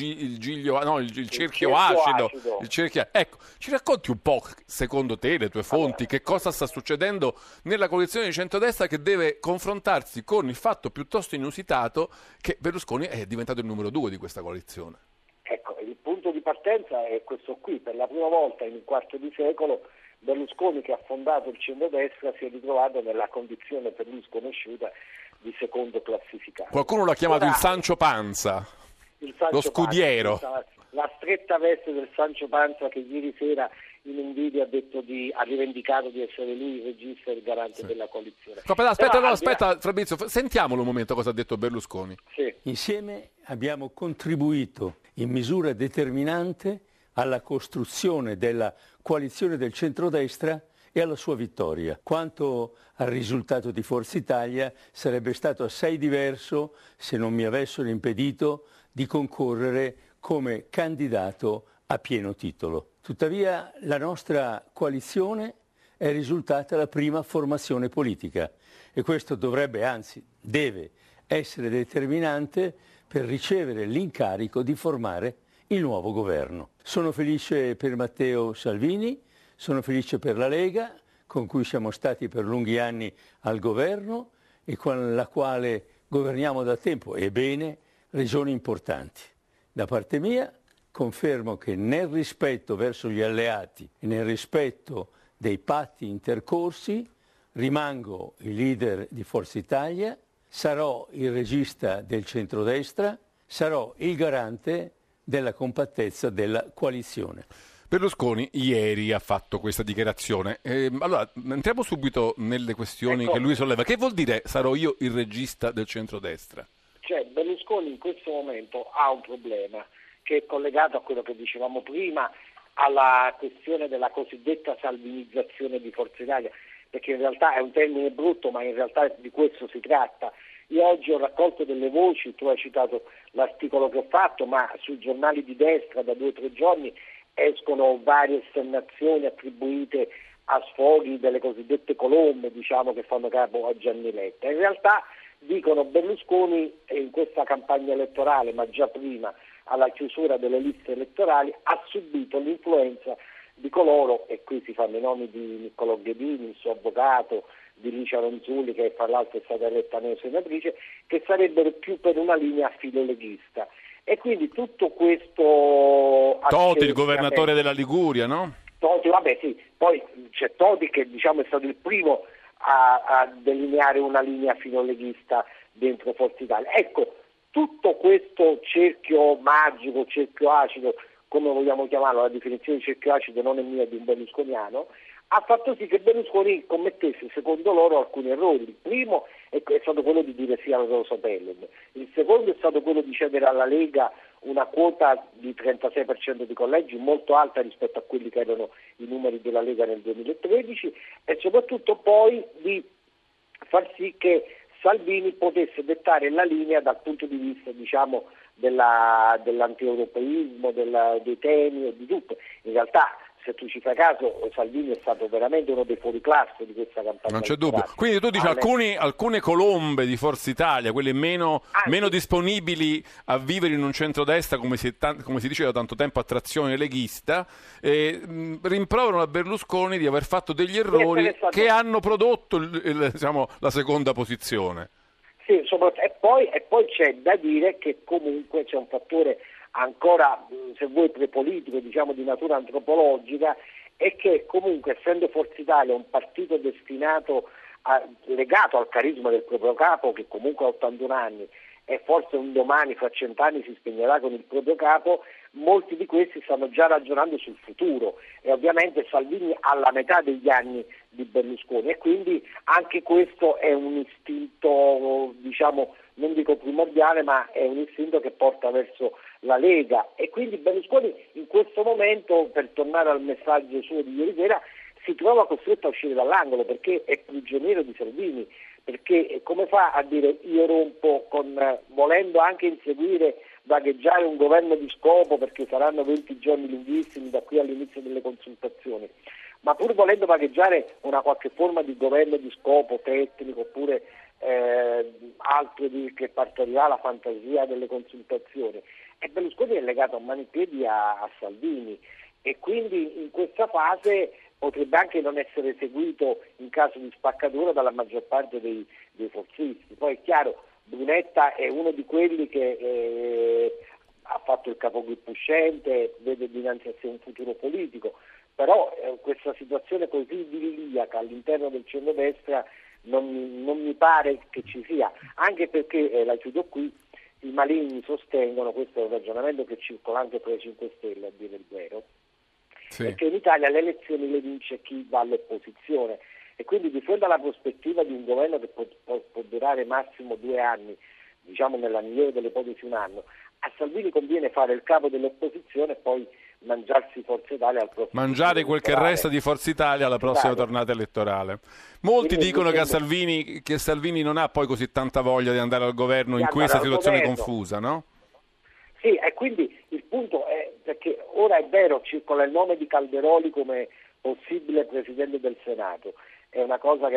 cerchio acido. Ecco, ci racconti un po', secondo te, le tue fonti, che cosa sta succedendo nella coalizione di centrodestra che deve confrontarsi con il fatto piuttosto inusitato che Berlusconi è diventato il numero 2 di questa coalizione. Ecco, il punto di partenza è questo qui. Per la prima volta in un quarto di secolo Berlusconi, che ha fondato il centrodestra, si è ritrovato nella condizione per lui sconosciuta di secondo classificato. Qualcuno l'ha chiamato il Sancho Panza, lo scudiero. La stretta veste del Sancho Panza che ieri sera in un video ha rivendicato di essere lui il regista e il garante della coalizione. Aspetta, Fabrizio, sentiamolo un momento cosa ha detto Berlusconi. Sì. Insieme abbiamo contribuito in misura determinante alla costruzione della coalizione del centrodestra e alla sua vittoria. Quanto al risultato di Forza Italia, sarebbe stato assai diverso se non mi avessero impedito di concorrere come candidato a pieno titolo. Tuttavia la nostra coalizione è risultata la prima formazione politica e questo dovrebbe, anzi deve essere determinante per ricevere l'incarico di formare il nuovo governo. Sono felice per Matteo Salvini, sono felice per la Lega, con cui siamo stati per lunghi anni al governo e con la quale governiamo da tempo, e bene, regioni importanti. Da parte mia confermo che nel rispetto verso gli alleati e nel rispetto dei patti intercorsi rimango il leader di Forza Italia, sarò il regista del centrodestra, sarò il garante della compattezza della coalizione. Berlusconi ieri ha fatto questa dichiarazione. Allora, entriamo subito nelle questioni che lui solleva. Che vuol dire sarò io il regista del centrodestra? Berlusconi in questo momento ha un problema, che è collegato a quello che dicevamo prima, alla questione della cosiddetta salvinizzazione di Forza Italia, perché in realtà è un termine brutto, ma in realtà di questo si tratta. Io oggi ho raccolto delle voci, tu hai citato l'articolo che ho fatto, ma sui giornali di destra da 2 o 3 giorni escono varie esternazioni attribuite a sfoghi delle cosiddette colombe, diciamo, che fanno capo a Gianni Letta. In realtà dicono Berlusconi in questa campagna elettorale, ma già prima, alla chiusura delle liste elettorali, ha subito l'influenza di coloro, e qui si fanno i nomi di Niccolò Ghedini, il suo avvocato, di Licia Ronzulli, che fra l'altro è stata eletta neosenatrice, che sarebbero più per una linea filoleghista. E quindi tutto questo... Toti, il governatore della Liguria, no? Toti, vabbè sì, poi c'è Toti che diciamo è stato il primo a delineare una linea filoleghista dentro Forza Italia. Ecco, tutto questo cerchio magico, cerchio acido, come vogliamo chiamarlo, la definizione di cerchio acido non è mia, è di un berlusconiano, ha fatto sì che Berlusconi commettesse, secondo loro, alcuni errori. Il primo è stato quello di dire sì al Rosatellum, il secondo è stato quello di cedere alla Lega una quota di 36% di collegi, molto alta rispetto a quelli che erano i numeri della Lega nel 2013, e soprattutto poi di far sì che Salvini potesse dettare la linea dal punto di vista, diciamo, dell'antieuropeismo, dei temi e di tutto. In realtà, se tu ci fai caso, Salvini è stato veramente uno dei fuoriclasse di questa campagna. Non c'è dubbio. Quindi tu dici alcune colombe di Forza Italia, quelle meno disponibili a vivere in un centrodestra, come si dice da tanto tempo, a trazione leghista, rimproverano a Berlusconi di aver fatto degli errori che hanno prodotto la seconda posizione. Sì, e poi c'è da dire che comunque c'è un fattore ancora, se vuoi, prepolitico, diciamo di natura antropologica, è che comunque, essendo Forza Italia un partito destinato legato al carisma del proprio capo, che comunque ha 81 anni e forse un domani, fra 100 anni, si spegnerà con il proprio capo, molti di questi stanno già ragionando sul futuro, e ovviamente Salvini ha la metà degli anni di Berlusconi, e quindi anche questo è un istinto, diciamo, non dico primordiale, ma è un istinto che porta verso la Lega, e quindi Berlusconi in questo momento, per tornare al messaggio suo di ieri sera, si trova costretto a uscire dall'angolo, perché è prigioniero di Salvini, perché come fa a dire io rompo, volendo anche inseguire, vagheggiare un governo di scopo, perché saranno 20 giorni lunghissimi da qui all'inizio delle consultazioni, ma pur volendo vagheggiare una qualche forma di governo di scopo tecnico, oppure altro che partorirà la fantasia delle consultazioni, e Berlusconi è legato a mani e piedi a Salvini, e quindi in questa fase potrebbe anche non essere seguito in caso di spaccatura dalla maggior parte dei forzisti. Poi è chiaro, Brunetta è uno di quelli che ha fatto il capogruppo uscente, vede dinanzi a sé un futuro politico, però questa situazione così idilliaca all'interno del centrodestra non mi pare che ci sia, anche perché, la chiudo qui, i maligni sostengono, questo è un ragionamento che circola anche tra i 5 Stelle a dire il vero, è che in Italia le elezioni le vince chi va all'opposizione, e quindi di fronte alla prospettiva di un governo che può durare massimo 2 anni, diciamo nella migliore delle ipotesi 1 anno, a Salvini conviene fare il capo dell'opposizione e poi mangiarsi Forza Italia al prossimo mangiare quel che resta di Forza Italia alla prossima tornata elettorale. Molti quindi dicono che Salvini non ha poi così tanta voglia di andare al governo in questa situazione confusa, no? Sì, e quindi il punto è perché ora è vero, circola il nome di Calderoli come possibile Presidente del Senato, è una cosa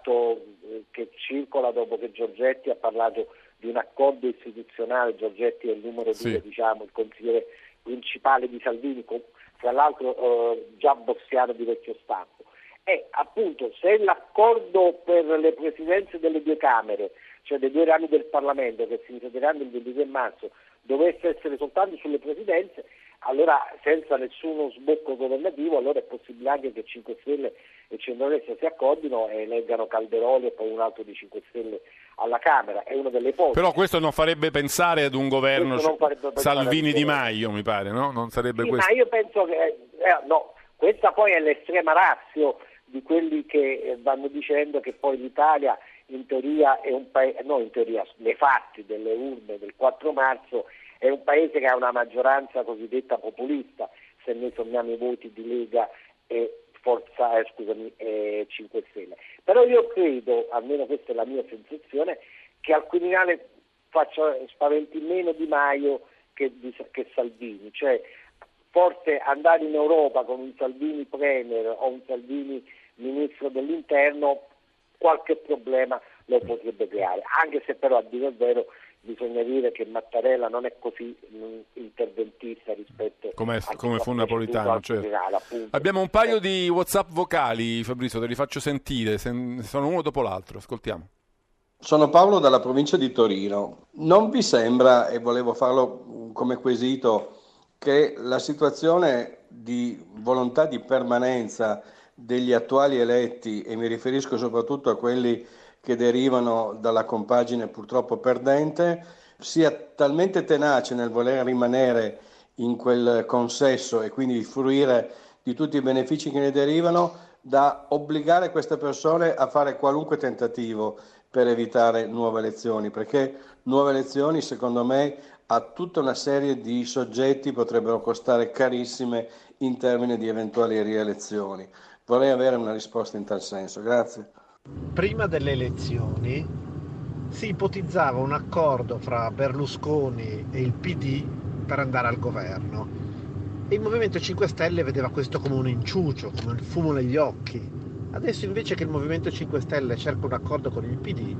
che circola dopo che Giorgetti ha parlato di un accordo istituzionale. Giorgetti è il numero 2, diciamo, il consigliere principale di Salvini, tra l'altro già bossiano di vecchio stampo. E appunto, se l'accordo per le presidenze delle 2 Camere, cioè dei 2 rami del Parlamento che si insederanno il 23 marzo, dovesse essere soltanto sulle presidenze, allora senza nessuno sbocco governativo, allora è possibile anche che 5 Stelle e Centrodestra si accordino e eleggano Calderoli e poi un altro di 5 Stelle alla Camera, è una delle ipotesi. Però questo non farebbe pensare ad un governo Salvini-Di Maio, mi pare, no? Non sarebbe questo. Ma io penso che no, questa poi è l'estrema ratio di quelli che vanno dicendo che poi l'Italia in teoria è un paese, no, in teoria, nei fatti delle urne del 4 marzo è un paese che ha una maggioranza cosiddetta populista, se noi sommiamo i voti di Lega e 5 Stelle. Però io credo, almeno questa è la mia sensazione, che al Quirinale spaventi meno Di Maio che Salvini, cioè forse andare in Europa con un Salvini premier o un Salvini ministro dell'interno qualche problema lo potrebbe creare, anche se però a dire il vero bisogna dire che Mattarella non è così interventista rispetto come fu Napolitano, certo. Finale, Abbiamo un paio di WhatsApp vocali, Fabrizio, te li faccio sentire, sono uno dopo l'altro, ascoltiamo. Sono Paolo dalla provincia di Torino. Non vi sembra, e volevo farlo come quesito, che la situazione di volontà di permanenza degli attuali eletti, e mi riferisco soprattutto a quelli che derivano dalla compagine purtroppo perdente, sia talmente tenace nel voler rimanere in quel consesso e quindi fruire di tutti i benefici che ne derivano, da obbligare queste persone a fare qualunque tentativo per evitare nuove elezioni, perché nuove elezioni secondo me a tutta una serie di soggetti potrebbero costare carissime in termini di eventuali rielezioni. Vorrei avere una risposta in tal senso. Grazie. Prima delle elezioni si ipotizzava un accordo fra Berlusconi e il PD per andare al governo e il Movimento 5 Stelle vedeva questo come un inciucio, come il fumo negli occhi. Adesso invece che il Movimento 5 Stelle cerca un accordo con il PD,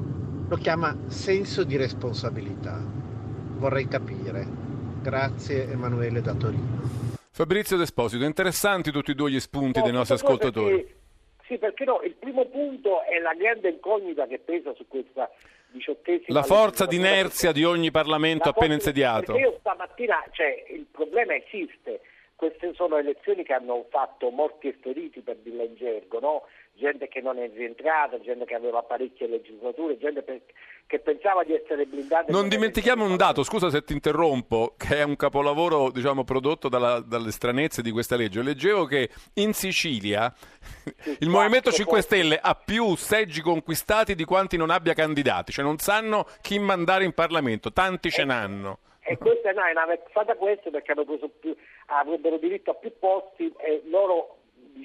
lo chiama senso di responsabilità. Vorrei capire. Grazie, Emanuele da Torino. Fabrizio D'Esposito, interessanti tutti e due gli spunti dei nostri ascoltatori. Sì, perché no, il primo punto è la grande incognita che pesa su questa 18ª la forza d'inerzia di ogni Parlamento appena insediato. Perché io stamattina, il problema esiste, queste sono elezioni che hanno fatto morti e feriti, per dirla in gergo, no? Gente che non è rientrata, gente che aveva parecchie legislature, gente che pensava di essere blindata. Non dimentichiamo un dato, scusa se ti interrompo, che è un capolavoro prodotto dalle stranezze di questa legge. Leggevo che in Sicilia il Movimento 5 Stelle ha più seggi conquistati di quanti non abbia candidati, cioè non sanno chi mandare in Parlamento, tanti ce n'hanno. E questa è una vexata questo, perché avrebbero diritto a più posti e loro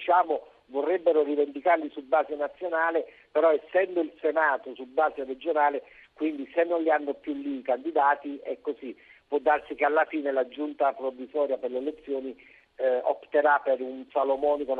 vorrebbero rivendicarli su base nazionale, però essendo il Senato su base regionale, quindi se non li hanno più lì i candidati è così. Può darsi che alla fine la giunta provvisoria per le elezioni opterà per una salomonica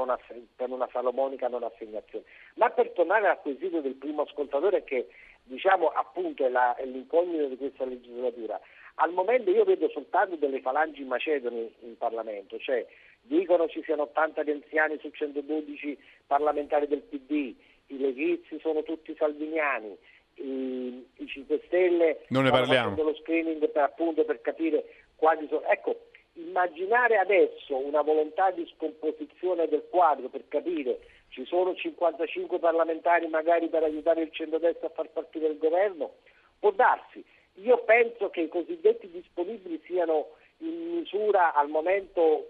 non assegnazione. Ma per tornare al quesito del primo ascoltatore, che appunto è l'incognito di questa legislatura, al momento io vedo soltanto delle falangi macedoni in Parlamento, cioè dicono ci siano 80 renziani su 112 parlamentari del PD, i leghisti sono tutti salviniani, i 5 Stelle non ne parliamo, facendo lo screening per capire quali sono. Ecco, immaginare adesso una volontà di scomposizione del quadro per capire ci sono 55 parlamentari magari per aiutare il centrodestra a far partire il governo, può darsi. Io penso che i cosiddetti disponibili siano in misura al momento,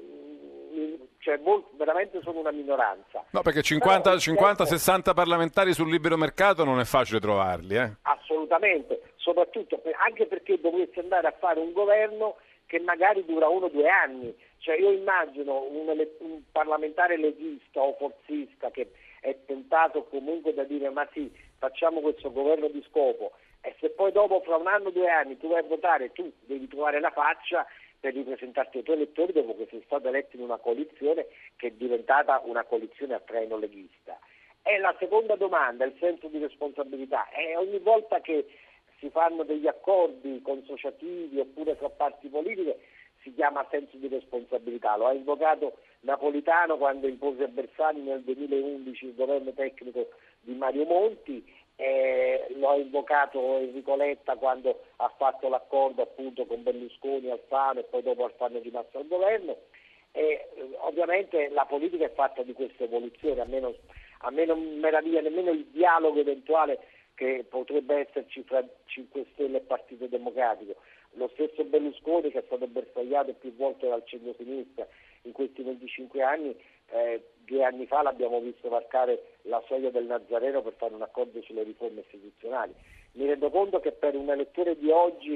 veramente sono una minoranza. No, perché 50-60 parlamentari sul libero mercato non è facile trovarli. Assolutamente, soprattutto anche perché dovreste andare a fare un governo che magari dura 1 o 2 anni. Cioè io immagino un parlamentare leghista o forzista che è tentato comunque da dire ma sì, facciamo questo governo di scopo, e se poi dopo fra 1 anno o 2 anni tu vai a votare, tu devi trovare la faccia per ripresentarti ai tuoi elettori dopo che sei stato eletto in una coalizione che è diventata una coalizione a traino leghista. E la seconda domanda, il senso di responsabilità. Ogni volta che si fanno degli accordi consociativi oppure tra parti politiche si chiama senso di responsabilità. Lo ha invocato Napolitano quando impose a Bersani nel 2011 il governo tecnico di Mario Monti, lo ha invocato Enrico Letta quando ha fatto l'accordo appunto con Berlusconi, Alfano, e poi dopo Alfano è rimasto al governo. Ovviamente la politica è fatta di queste evoluzioni, a me non meraviglia nemmeno il dialogo eventuale che potrebbe esserci fra 5 Stelle e Partito Democratico. Lo stesso Berlusconi, che è stato bersagliato più volte dal centro-sinistra in questi 25 anni, 2 anni fa l'abbiamo visto varcare la soglia del Nazareno per fare un accordo sulle riforme istituzionali. Mi rendo conto che per un elettore di oggi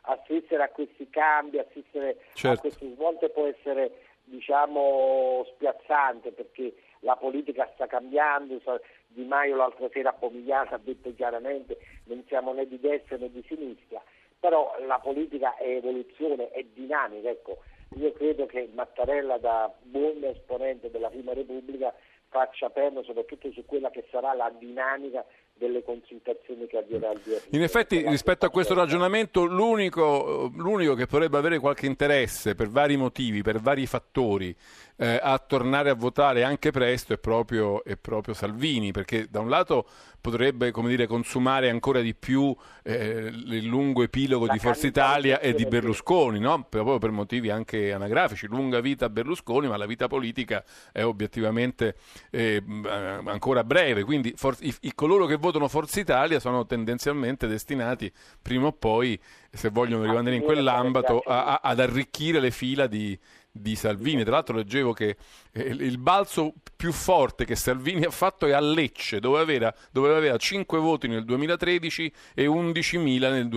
assistere a questi cambi, assistere certo. a queste svolte può essere, diciamo, spiazzante, perché la politica sta cambiando. Di Maio l'altra sera a Pomigliano ha detto chiaramente: non siamo né di destra né di sinistra, però la politica è evoluzione, è dinamica. Ecco, io credo che Mattarella, da buon esponente della Prima Repubblica, faccia perno soprattutto su quella che sarà la dinamica delle consultazioni che avvierà il DFI. In effetti, rispetto a questo ragionamento, l'unico che potrebbe avere qualche interesse per vari motivi, per vari fattori, a tornare a votare anche presto è proprio Salvini, perché da un lato potrebbe, come dire, consumare ancora di più il lungo epilogo di Forza Italia e di Berlusconi, no? Proprio per motivi anche anagrafici, lunga vita a Berlusconi, ma la vita politica è obiettivamente ancora breve, quindi coloro che votano Forza Italia sono tendenzialmente destinati prima o poi, se vogliono rimanere in quell'ambito, ad arricchire le fila di Salvini. Tra l'altro leggevo che il balzo più forte che Salvini ha fatto è a Lecce, dove aveva 5 voti nel 2013 e 11.000 nel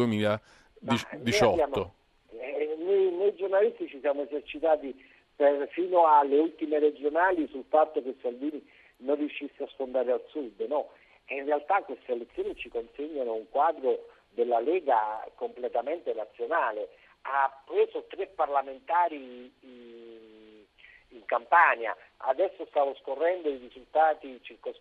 2018. Noi giornalisti ci siamo esercitati fino alle ultime regionali sul fatto che Salvini non riuscisse a sfondare al sud, no? E in realtà queste elezioni ci consegnano un quadro della Lega completamente nazionale. Ha preso 3 parlamentari in Campania, adesso stavo scorrendo i risultati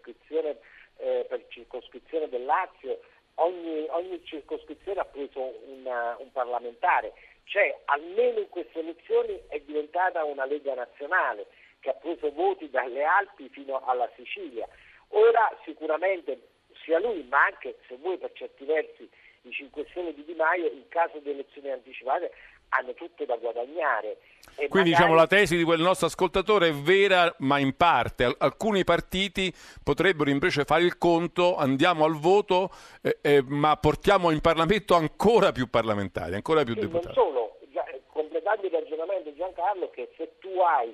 per circoscrizione del Lazio, ogni circoscrizione ha preso un parlamentare, cioè almeno in queste elezioni è diventata una Lega nazionale che ha preso voti dalle Alpi fino alla Sicilia. Ora sicuramente sia lui, ma anche, se vuoi, per certi versi i 5 Stelle di Di Maio, in caso di elezioni anticipate, hanno tutto da guadagnare. E quindi diciamo la tesi di quel nostro ascoltatore è vera, ma in parte. Alcuni partiti potrebbero invece fare il conto: andiamo al voto, ma portiamo in Parlamento ancora più parlamentari, ancora più deputati. Non solo, completando il ragionamento, Giancarlo, che se tu hai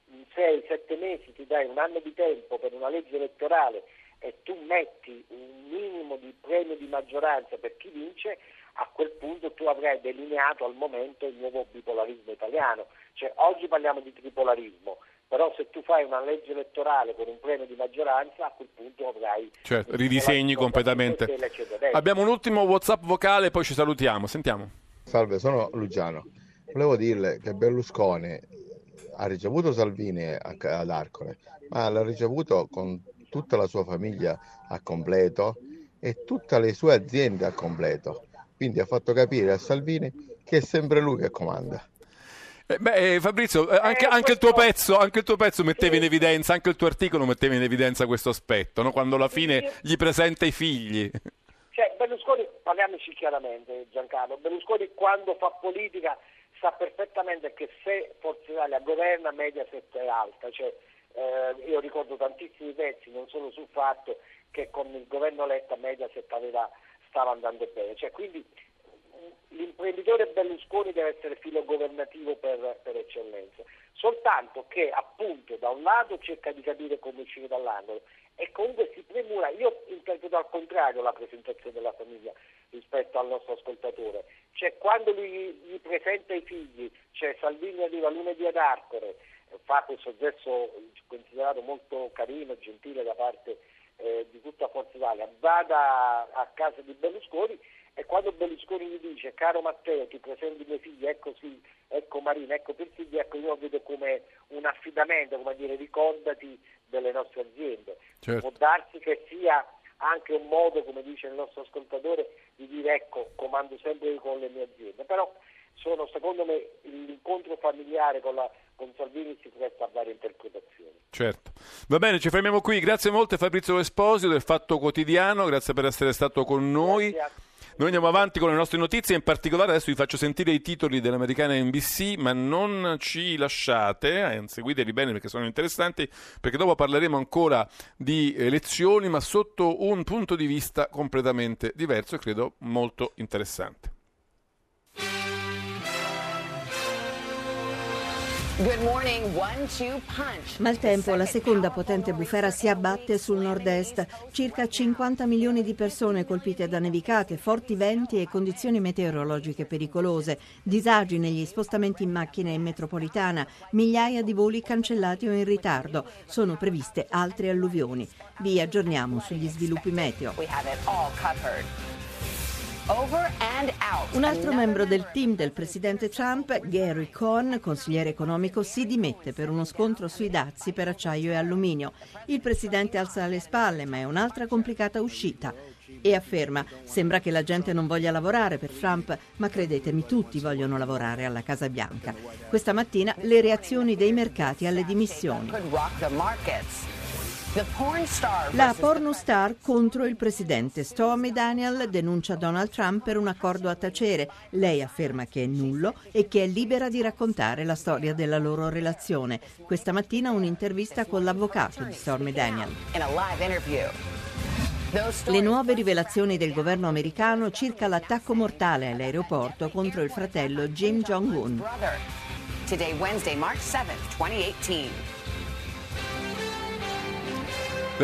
6-7 mesi, ti dai un anno di tempo per una legge elettorale e tu metti un minimo di premio di maggioranza per chi vince, a quel punto tu avrai delineato al momento il nuovo bipolarismo italiano. Cioè, oggi parliamo di tripolarismo, però se tu fai una legge elettorale con un premio di maggioranza, a quel punto avrai... Certo, ridisegni completamente. Abbiamo un ultimo WhatsApp vocale, poi ci salutiamo. Sentiamo. Salve, sono Luciano. Volevo dirle che Berlusconi ha ricevuto Salvini ad Arcore, ma l'ha ricevuto con tutta la sua famiglia a completo e tutte le sue aziende a completo. Quindi ha fatto capire a Salvini che è sempre lui che comanda. Fabrizio, anche il tuo pezzo metteva in evidenza, anche il tuo articolo metteva in evidenza questo aspetto, no? Quando alla fine gli presenta i figli. Cioè, Berlusconi, parliamoci chiaramente, Giancarlo, Berlusconi quando fa politica sa perfettamente che se Forza Italia governa, Mediaset è alta. Cioè, io ricordo tantissimi pezzi, non solo sul fatto che con il governo Letta Mediaset stava andando bene. Cioè, quindi l'imprenditore Berlusconi deve essere filo governativo per eccellenza, soltanto che appunto da un lato cerca di capire come uscire dall'angolo e comunque si premura. Io interpreto al contrario la presentazione della famiglia rispetto al nostro ascoltatore, cioè quando lui gli presenta i figli, cioè Salvini arriva lunedì ad Arcore, fa questo gesto considerato molto carino e gentile da parte di tutta Forza Italia, vada a casa di Berlusconi, e quando Berlusconi gli dice: caro Matteo, ti presento i miei figli, ecco sì, ecco Marina, ecco per figli, ecco io lo vedo come un affidamento, come dire, ricordati delle nostre aziende. Certo. Può darsi che sia anche un modo, come dice il nostro ascoltatore, di dire: ecco, comando sempre con le mie aziende. Però secondo me l'incontro familiare con Salvini si presta a varie interpretazioni. Certo. Va bene, ci fermiamo qui. Grazie molte Fabrizio Esposito del Fatto Quotidiano, grazie per essere stato con noi. Grazie. Noi andiamo avanti con le nostre notizie, in particolare adesso vi faccio sentire i titoli dell'americana NBC, ma non ci lasciate, seguiteli bene perché sono interessanti, perché dopo parleremo ancora di elezioni, ma sotto un punto di vista completamente diverso e credo molto interessante. Maltempo, la seconda potente bufera si abbatte sul nord-est. Circa 50 milioni di persone colpite da nevicate, forti venti e condizioni meteorologiche pericolose. Disagi negli spostamenti in macchina in metropolitana. Migliaia di voli cancellati o in ritardo. Sono previste altre alluvioni. Vi aggiorniamo sugli sviluppi meteo. Un altro membro del team del presidente Trump, Gary Cohn, consigliere economico, si dimette per uno scontro sui dazi per acciaio e alluminio. Il presidente alza le spalle, ma è un'altra complicata uscita. E afferma: sembra che la gente non voglia lavorare per Trump, ma credetemi, tutti vogliono lavorare alla Casa Bianca. Questa mattina le reazioni dei mercati alle dimissioni. La pornostar contro il presidente. Stormy Daniels denuncia Donald Trump per un accordo a tacere. Lei afferma che è nullo e che è libera di raccontare la storia della loro relazione. Questa mattina un'intervista con l'avvocato di Stormy Daniels. Le nuove rivelazioni del governo americano circa l'attacco mortale all'aeroporto contro il fratello Kim Jong-un. Today, Wednesday, March 7th, 2018. Le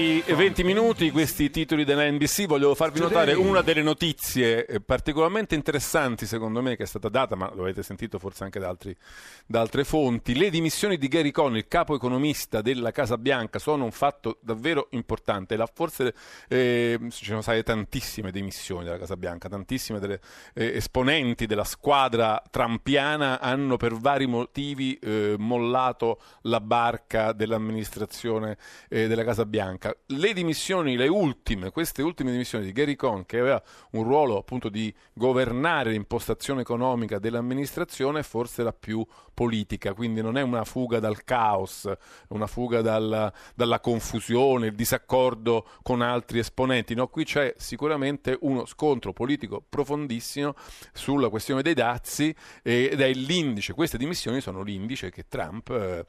20 minuti, questi titoli della NBC. Voglio farvi notare una delle notizie particolarmente interessanti, secondo me, che è stata data, ma lo avete sentito forse anche da altre fonti. Le dimissioni di Gary Cohn, il capo economista della Casa Bianca, sono un fatto davvero importante. Forse ci sono state tantissime dimissioni dalla Casa Bianca, tantissime delle esponenti della squadra trumpiana hanno per vari motivi mollato la barca dell'amministrazione della Casa Bianca. Le dimissioni, queste ultime dimissioni di Gary Cohn, che aveva un ruolo appunto di governare l'impostazione economica dell'amministrazione, è forse la più politica, quindi non è una fuga dal caos, una fuga dalla confusione, il disaccordo con altri esponenti. No, qui c'è sicuramente uno scontro politico profondissimo sulla questione dei dazi ed è l'indice, queste dimissioni sono l'indice che Trump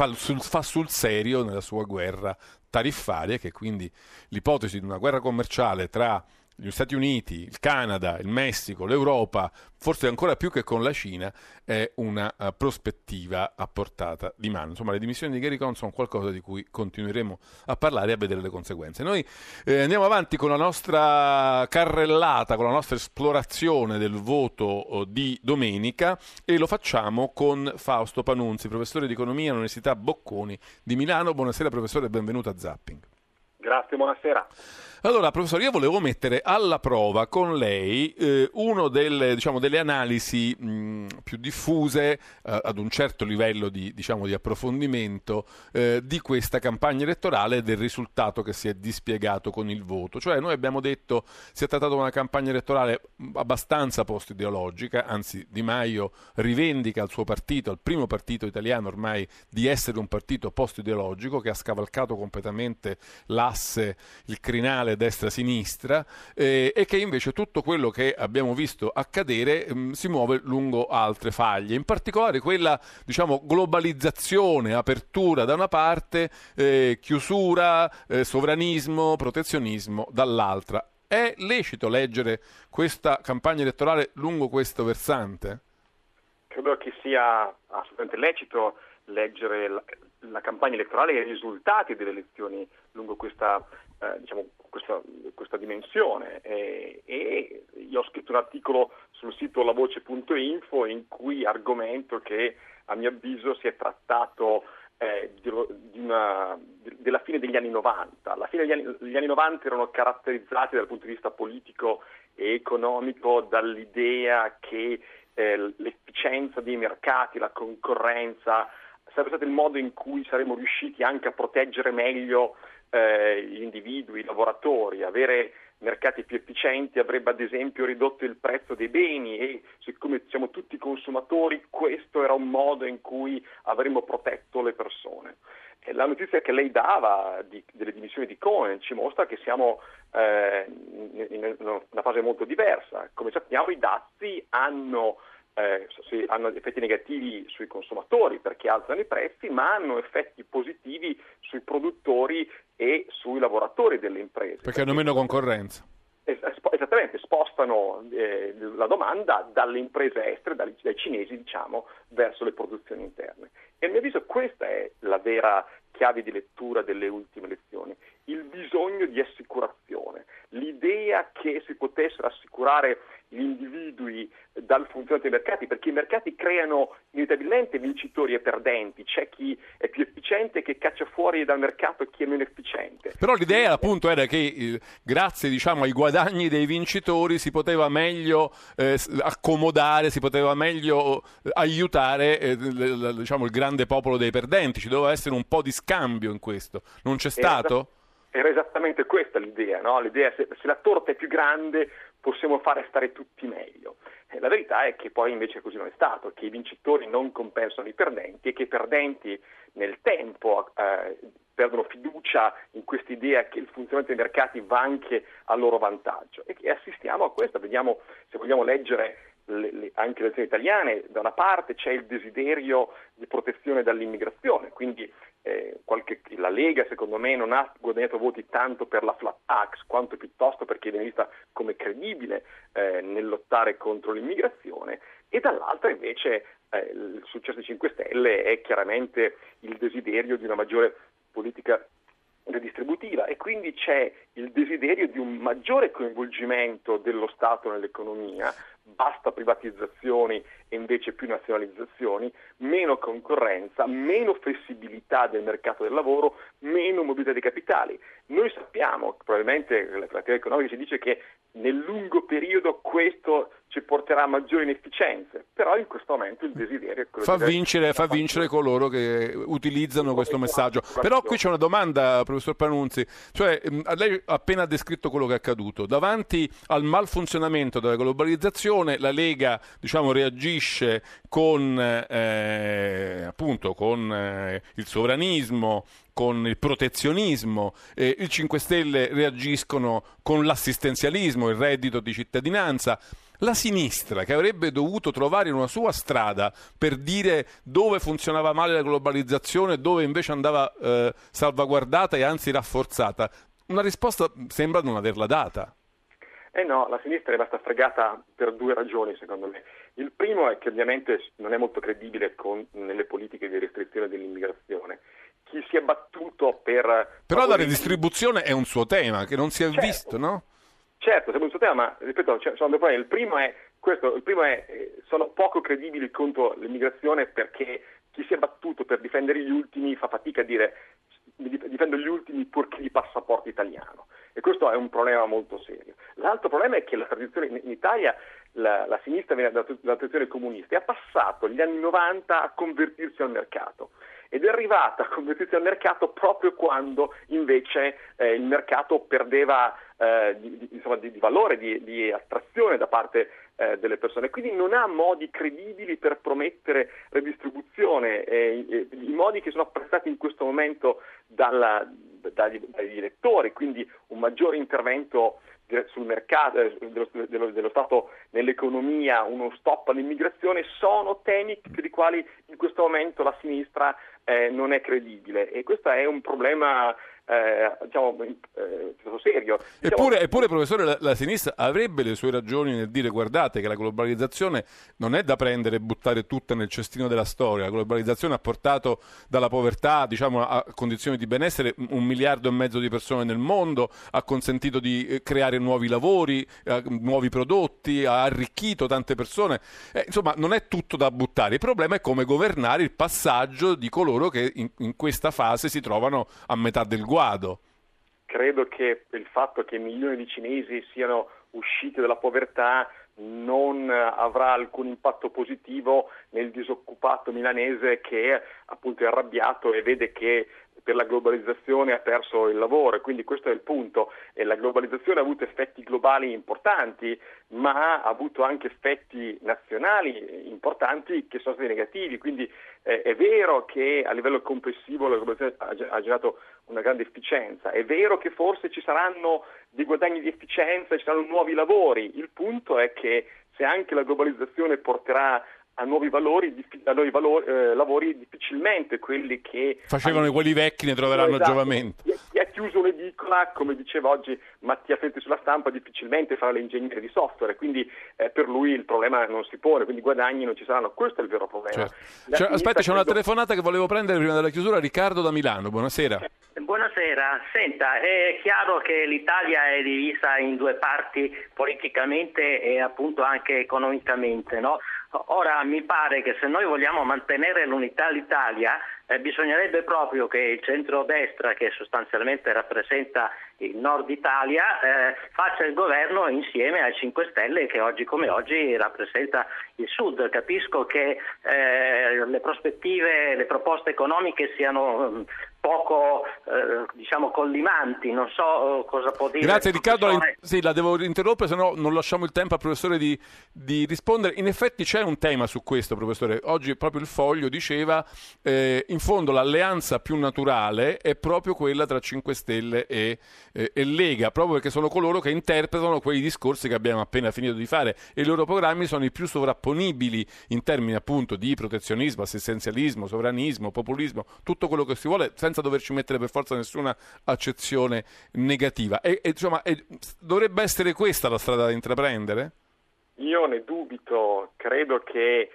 fa sul serio nella sua guerra tariffaria, che quindi l'ipotesi di una guerra commerciale tra gli Stati Uniti, il Canada, il Messico, l'Europa, forse ancora più che con la Cina, è una prospettiva a portata di mano. Insomma, le dimissioni di Gary Cohn sono qualcosa di cui continueremo a parlare e a vedere le conseguenze. Noi andiamo avanti con la nostra carrellata, con la nostra esplorazione del voto di domenica, e lo facciamo con Fausto Panunzi, professore di economia all'Università Bocconi di Milano. Buonasera professore, benvenuto a Zapping. Grazie, buonasera. Allora, professore, io volevo mettere alla prova con lei uno delle analisi più diffuse ad un certo livello di approfondimento di questa campagna elettorale e del risultato che si è dispiegato con il voto. Cioè, noi abbiamo detto si è trattato di una campagna elettorale abbastanza post-ideologica, anzi Di Maio rivendica al suo partito, al primo partito italiano ormai, di essere un partito post-ideologico che ha scavalcato completamente l'asse, il crinale destra-sinistra, e che invece tutto quello che abbiamo visto accadere si muove lungo altre faglie, in particolare quella globalizzazione, apertura da una parte, chiusura, sovranismo, protezionismo dall'altra. È lecito leggere questa campagna elettorale lungo questo versante? Credo che sia assolutamente lecito leggere la campagna elettorale e i risultati delle elezioni lungo questa dimensione, e io ho scritto un articolo sul sito lavoce.info in cui argomento che a mio avviso si è trattato della fine degli anni 90. La fine degli anni 90 erano caratterizzati dal punto di vista politico e economico dall'idea che l'efficienza dei mercati, la concorrenza sarebbe stato il modo in cui saremmo riusciti anche a proteggere meglio gli individui, i lavoratori. Avere mercati più efficienti avrebbe ad esempio ridotto il prezzo dei beni, e siccome siamo tutti consumatori, questo era un modo in cui avremmo protetto le persone. E la notizia che lei dava delle dimissioni di Cohn ci mostra che siamo in una fase molto diversa. Come sappiamo, i dazi hanno effetti negativi sui consumatori perché alzano i prezzi, ma hanno effetti positivi sui produttori e sui lavoratori delle imprese. Perché hanno meno concorrenza. Esattamente, spostano la domanda dalle imprese estere, dai cinesi diciamo, verso le produzioni interne. E a mio avviso questa è la vera chiave di lettura delle ultime elezioni, il bisogno di assicurazione, l'idea che si potessero assicurare gli individui dal funzionamento dei mercati, perché i mercati creano inevitabilmente vincitori e perdenti, c'è chi è più efficiente che caccia fuori dal mercato e chi è meno efficiente. Però l'idea appunto era che grazie diciamo ai guadagni dei vincitori si poteva meglio accomodare, si poteva meglio aiutare diciamo il grande popolo dei perdenti, ci doveva essere un po' di scambio in questo, non c'è stato? Era esattamente questa l'idea, no? L'idea se la torta è più grande possiamo fare stare tutti meglio. La verità è che poi invece così non è stato, che i vincitori non compensano i perdenti e che i perdenti nel tempo perdono fiducia in questa idea che il funzionamento dei mercati va anche a loro vantaggio. E assistiamo a questo, vediamo, se vogliamo leggere anche le elezioni italiane, da una parte c'è il desiderio di protezione dall'immigrazione, quindi la Lega secondo me non ha guadagnato voti tanto per la flat tax quanto piuttosto perché viene vista come credibile nel lottare contro l'immigrazione, e dall'altra invece il successo dei 5 Stelle è chiaramente il desiderio di una maggiore politica redistributiva, e quindi c'è il desiderio di un maggiore coinvolgimento dello Stato nell'economia, basta privatizzazioni e invece più nazionalizzazioni, meno concorrenza, meno flessibilità del mercato del lavoro, meno mobilità dei capitali. Noi sappiamo, probabilmente la teoria economica ci dice che nel lungo periodo questo ci porterà a maggiori inefficienze, però in questo momento il desiderio è quello fa vincere coloro che utilizzano questo messaggio. Però qui c'è una domanda, professor Panunzi, cioè lei ha appena descritto quello che è accaduto. Davanti al malfunzionamento della globalizzazione la Lega diciamo reagisce con appunto con il sovranismo, con il protezionismo, i 5 Stelle reagiscono con l'assistenzialismo, il reddito di cittadinanza. La sinistra, che avrebbe dovuto trovare una sua strada per dire dove funzionava male la globalizzazione e dove invece andava salvaguardata e anzi rafforzata, una risposta sembra non averla data. No, la sinistra è rimasta fregata per 2 ragioni secondo me. Il primo è che ovviamente non è molto credibile nelle politiche di restrizione dell'immigrazione. Chi si è battuto per... Però la redistribuzione è un suo tema, che non si è visto, no? Certo, sembra un suo tema, ma ripeto, sono 2 problemi. Il primo è questo, sono poco credibili contro l'immigrazione perché chi si è battuto per difendere gli ultimi fa fatica a dire difendo gli ultimi purché di passaporto italiano, e questo è un problema molto serio. L'altro problema è che la tradizione in Italia, la sinistra viene dalla tradizione comunista e ha passato gli anni 90 a convertirsi al mercato, ed è arrivata a convertirsi al mercato proprio quando invece il mercato perdeva di valore, di attrazione da parte delle persone, quindi non ha modi credibili per promettere redistribuzione. I modi che sono apprezzati in questo momento dagli elettori, quindi un maggiore intervento sul mercato dello Stato nell'economia, uno stop all'immigrazione, sono temi per i quali in questo momento la sinistra non è credibile, e questo è un problema serio. Eppure professore, la sinistra avrebbe le sue ragioni nel dire guardate che la globalizzazione non è da prendere e buttare tutta nel cestino della storia. La globalizzazione ha portato dalla povertà diciamo a condizioni di benessere 1,5 miliardi di persone nel mondo, ha consentito di creare nuovi lavori, nuovi prodotti, ha arricchito tante persone, insomma non è tutto da buttare. Il problema è come governare il passaggio di coloro che in questa fase si trovano a metà del guado. Credo che il fatto che milioni di cinesi siano usciti dalla povertà non avrà alcun impatto positivo nel disoccupato milanese che appunto è arrabbiato e vede che per la globalizzazione ha perso il lavoro, e quindi questo è il punto. E la globalizzazione ha avuto effetti globali importanti, ma ha avuto anche effetti nazionali importanti che sono stati negativi, quindi è vero che a livello complessivo la globalizzazione ha generato una grande efficienza, è vero che forse ci saranno dei guadagni di efficienza, ci saranno nuovi lavori. Il punto è che se anche la globalizzazione porterà a nuovi lavori, difficilmente quelli che facevano quelli vecchi ne troveranno giovamento. Chi ha chiuso l'edicola farla, come diceva oggi Mattia Feltri sulla Stampa, difficilmente farà l'ingegnere di software, quindi per lui il problema non si pone, quindi guadagni non ci saranno, questo è il vero problema. Certo. Aspetta, c'è una telefonata che volevo prendere prima della chiusura. Riccardo da Milano, buonasera. Buonasera, senta, è chiaro che l'Italia è divisa in due parti politicamente e appunto anche economicamente, no? Ora mi pare che se noi vogliamo mantenere l'unità d'Italia bisognerebbe proprio che il centrodestra, che sostanzialmente rappresenta il nord Italia, faccia il governo insieme ai 5 Stelle che oggi come oggi rappresenta il sud. Capisco che le prospettive, le proposte economiche siano poco collimanti, non so cosa può dire. Grazie Riccardo, sì, la devo interrompere, se no non lasciamo il tempo al professore di rispondere. In effetti c'è un tema su questo, professore. Oggi proprio il Foglio diceva in fondo l'alleanza più naturale è proprio quella tra 5 Stelle e Lega, proprio perché sono coloro che interpretano quei discorsi che abbiamo appena finito di fare e i loro programmi sono i più sovrapponibili in termini appunto di protezionismo, assistenzialismo, sovranismo, populismo, tutto quello che si vuole, senza doverci mettere per forza nessuna accezione negativa. Insomma, dovrebbe essere questa la strada da intraprendere? Io ne dubito, credo che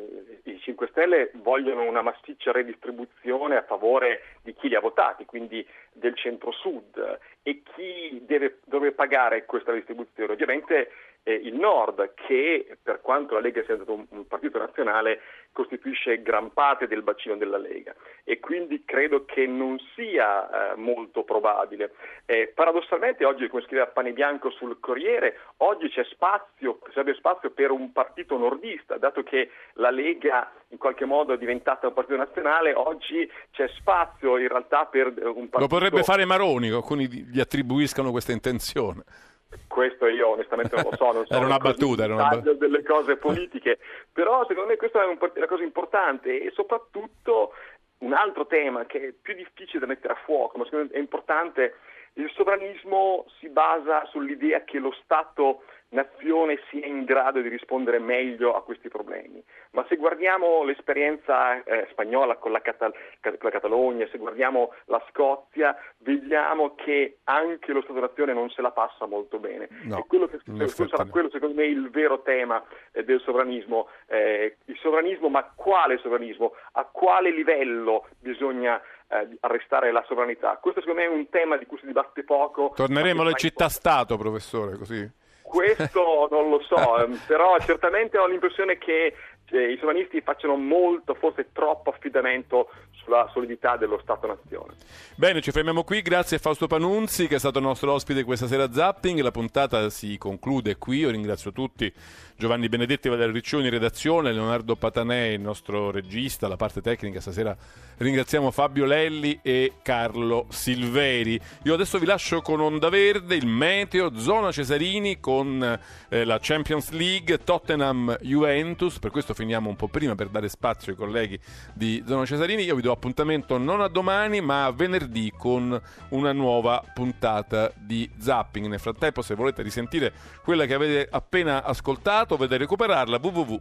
i 5 Stelle vogliono una massiccia redistribuzione a favore di chi li ha votati, quindi del centro-sud, e chi deve pagare questa redistribuzione? Ovviamente il Nord, che per quanto la Lega sia stato un partito nazionale costituisce gran parte del bacino della Lega e quindi credo che non sia molto probabile. Paradossalmente oggi, come scriveva Panebianco sul Corriere, oggi sarebbe spazio per un partito nordista, dato che la Lega in qualche modo è diventata un partito nazionale, oggi c'è spazio in realtà per un partito... Lo potrebbe fare Maroni, alcuni gli attribuiscono questa intenzione. Questo io onestamente non lo so, non so era una battuta, delle cose politiche, però secondo me questa è una cosa importante e soprattutto un altro tema che è più difficile da mettere a fuoco, ma secondo me è importante. Il sovranismo si basa sull'idea che lo Stato-nazione sia in grado di rispondere meglio a questi problemi. Ma se guardiamo l'esperienza spagnola con la Catalogna, se guardiamo la Scozia, vediamo che anche lo Stato-nazione non se la passa molto bene. No, e quello sarà quello secondo me il vero tema del sovranismo. Il sovranismo, ma quale sovranismo? A quale livello bisogna arrestare la sovranità? Questo secondo me è un tema di cui si dibatte poco. Torneremo alle città-stato, professore, così? Questo non lo so, però certamente ho l'impressione che i sovranisti facciano molto, forse troppo affidamento sulla solidità dello Stato-nazione. Bene, ci fermiamo qui, grazie a Fausto Panunzi che è stato nostro ospite questa sera a Zapping. La puntata si conclude qui, io ringrazio tutti, Giovanni Benedetti, Valerio Riccioni in redazione, Leonardo Patanè il nostro regista, la parte tecnica stasera ringraziamo Fabio Lelli e Carlo Silveri. Io adesso vi lascio con Onda Verde, il meteo, zona Cesarini con la Champions League, Tottenham Juventus, per questo finiamo un po' prima per dare spazio ai colleghi di zona Cesarini. Io vi do appuntamento non a domani ma a venerdì con una nuova puntata di Zapping. Nel frattempo, se volete risentire quella che avete appena ascoltato, potete recuperarla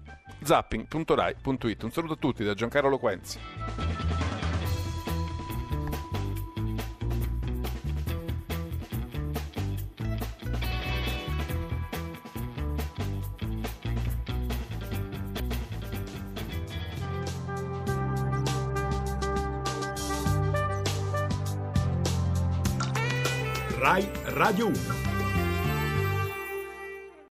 www.zapping.rai.it. Un saluto a tutti da Giancarlo Loquenzi. Rai Radio 1.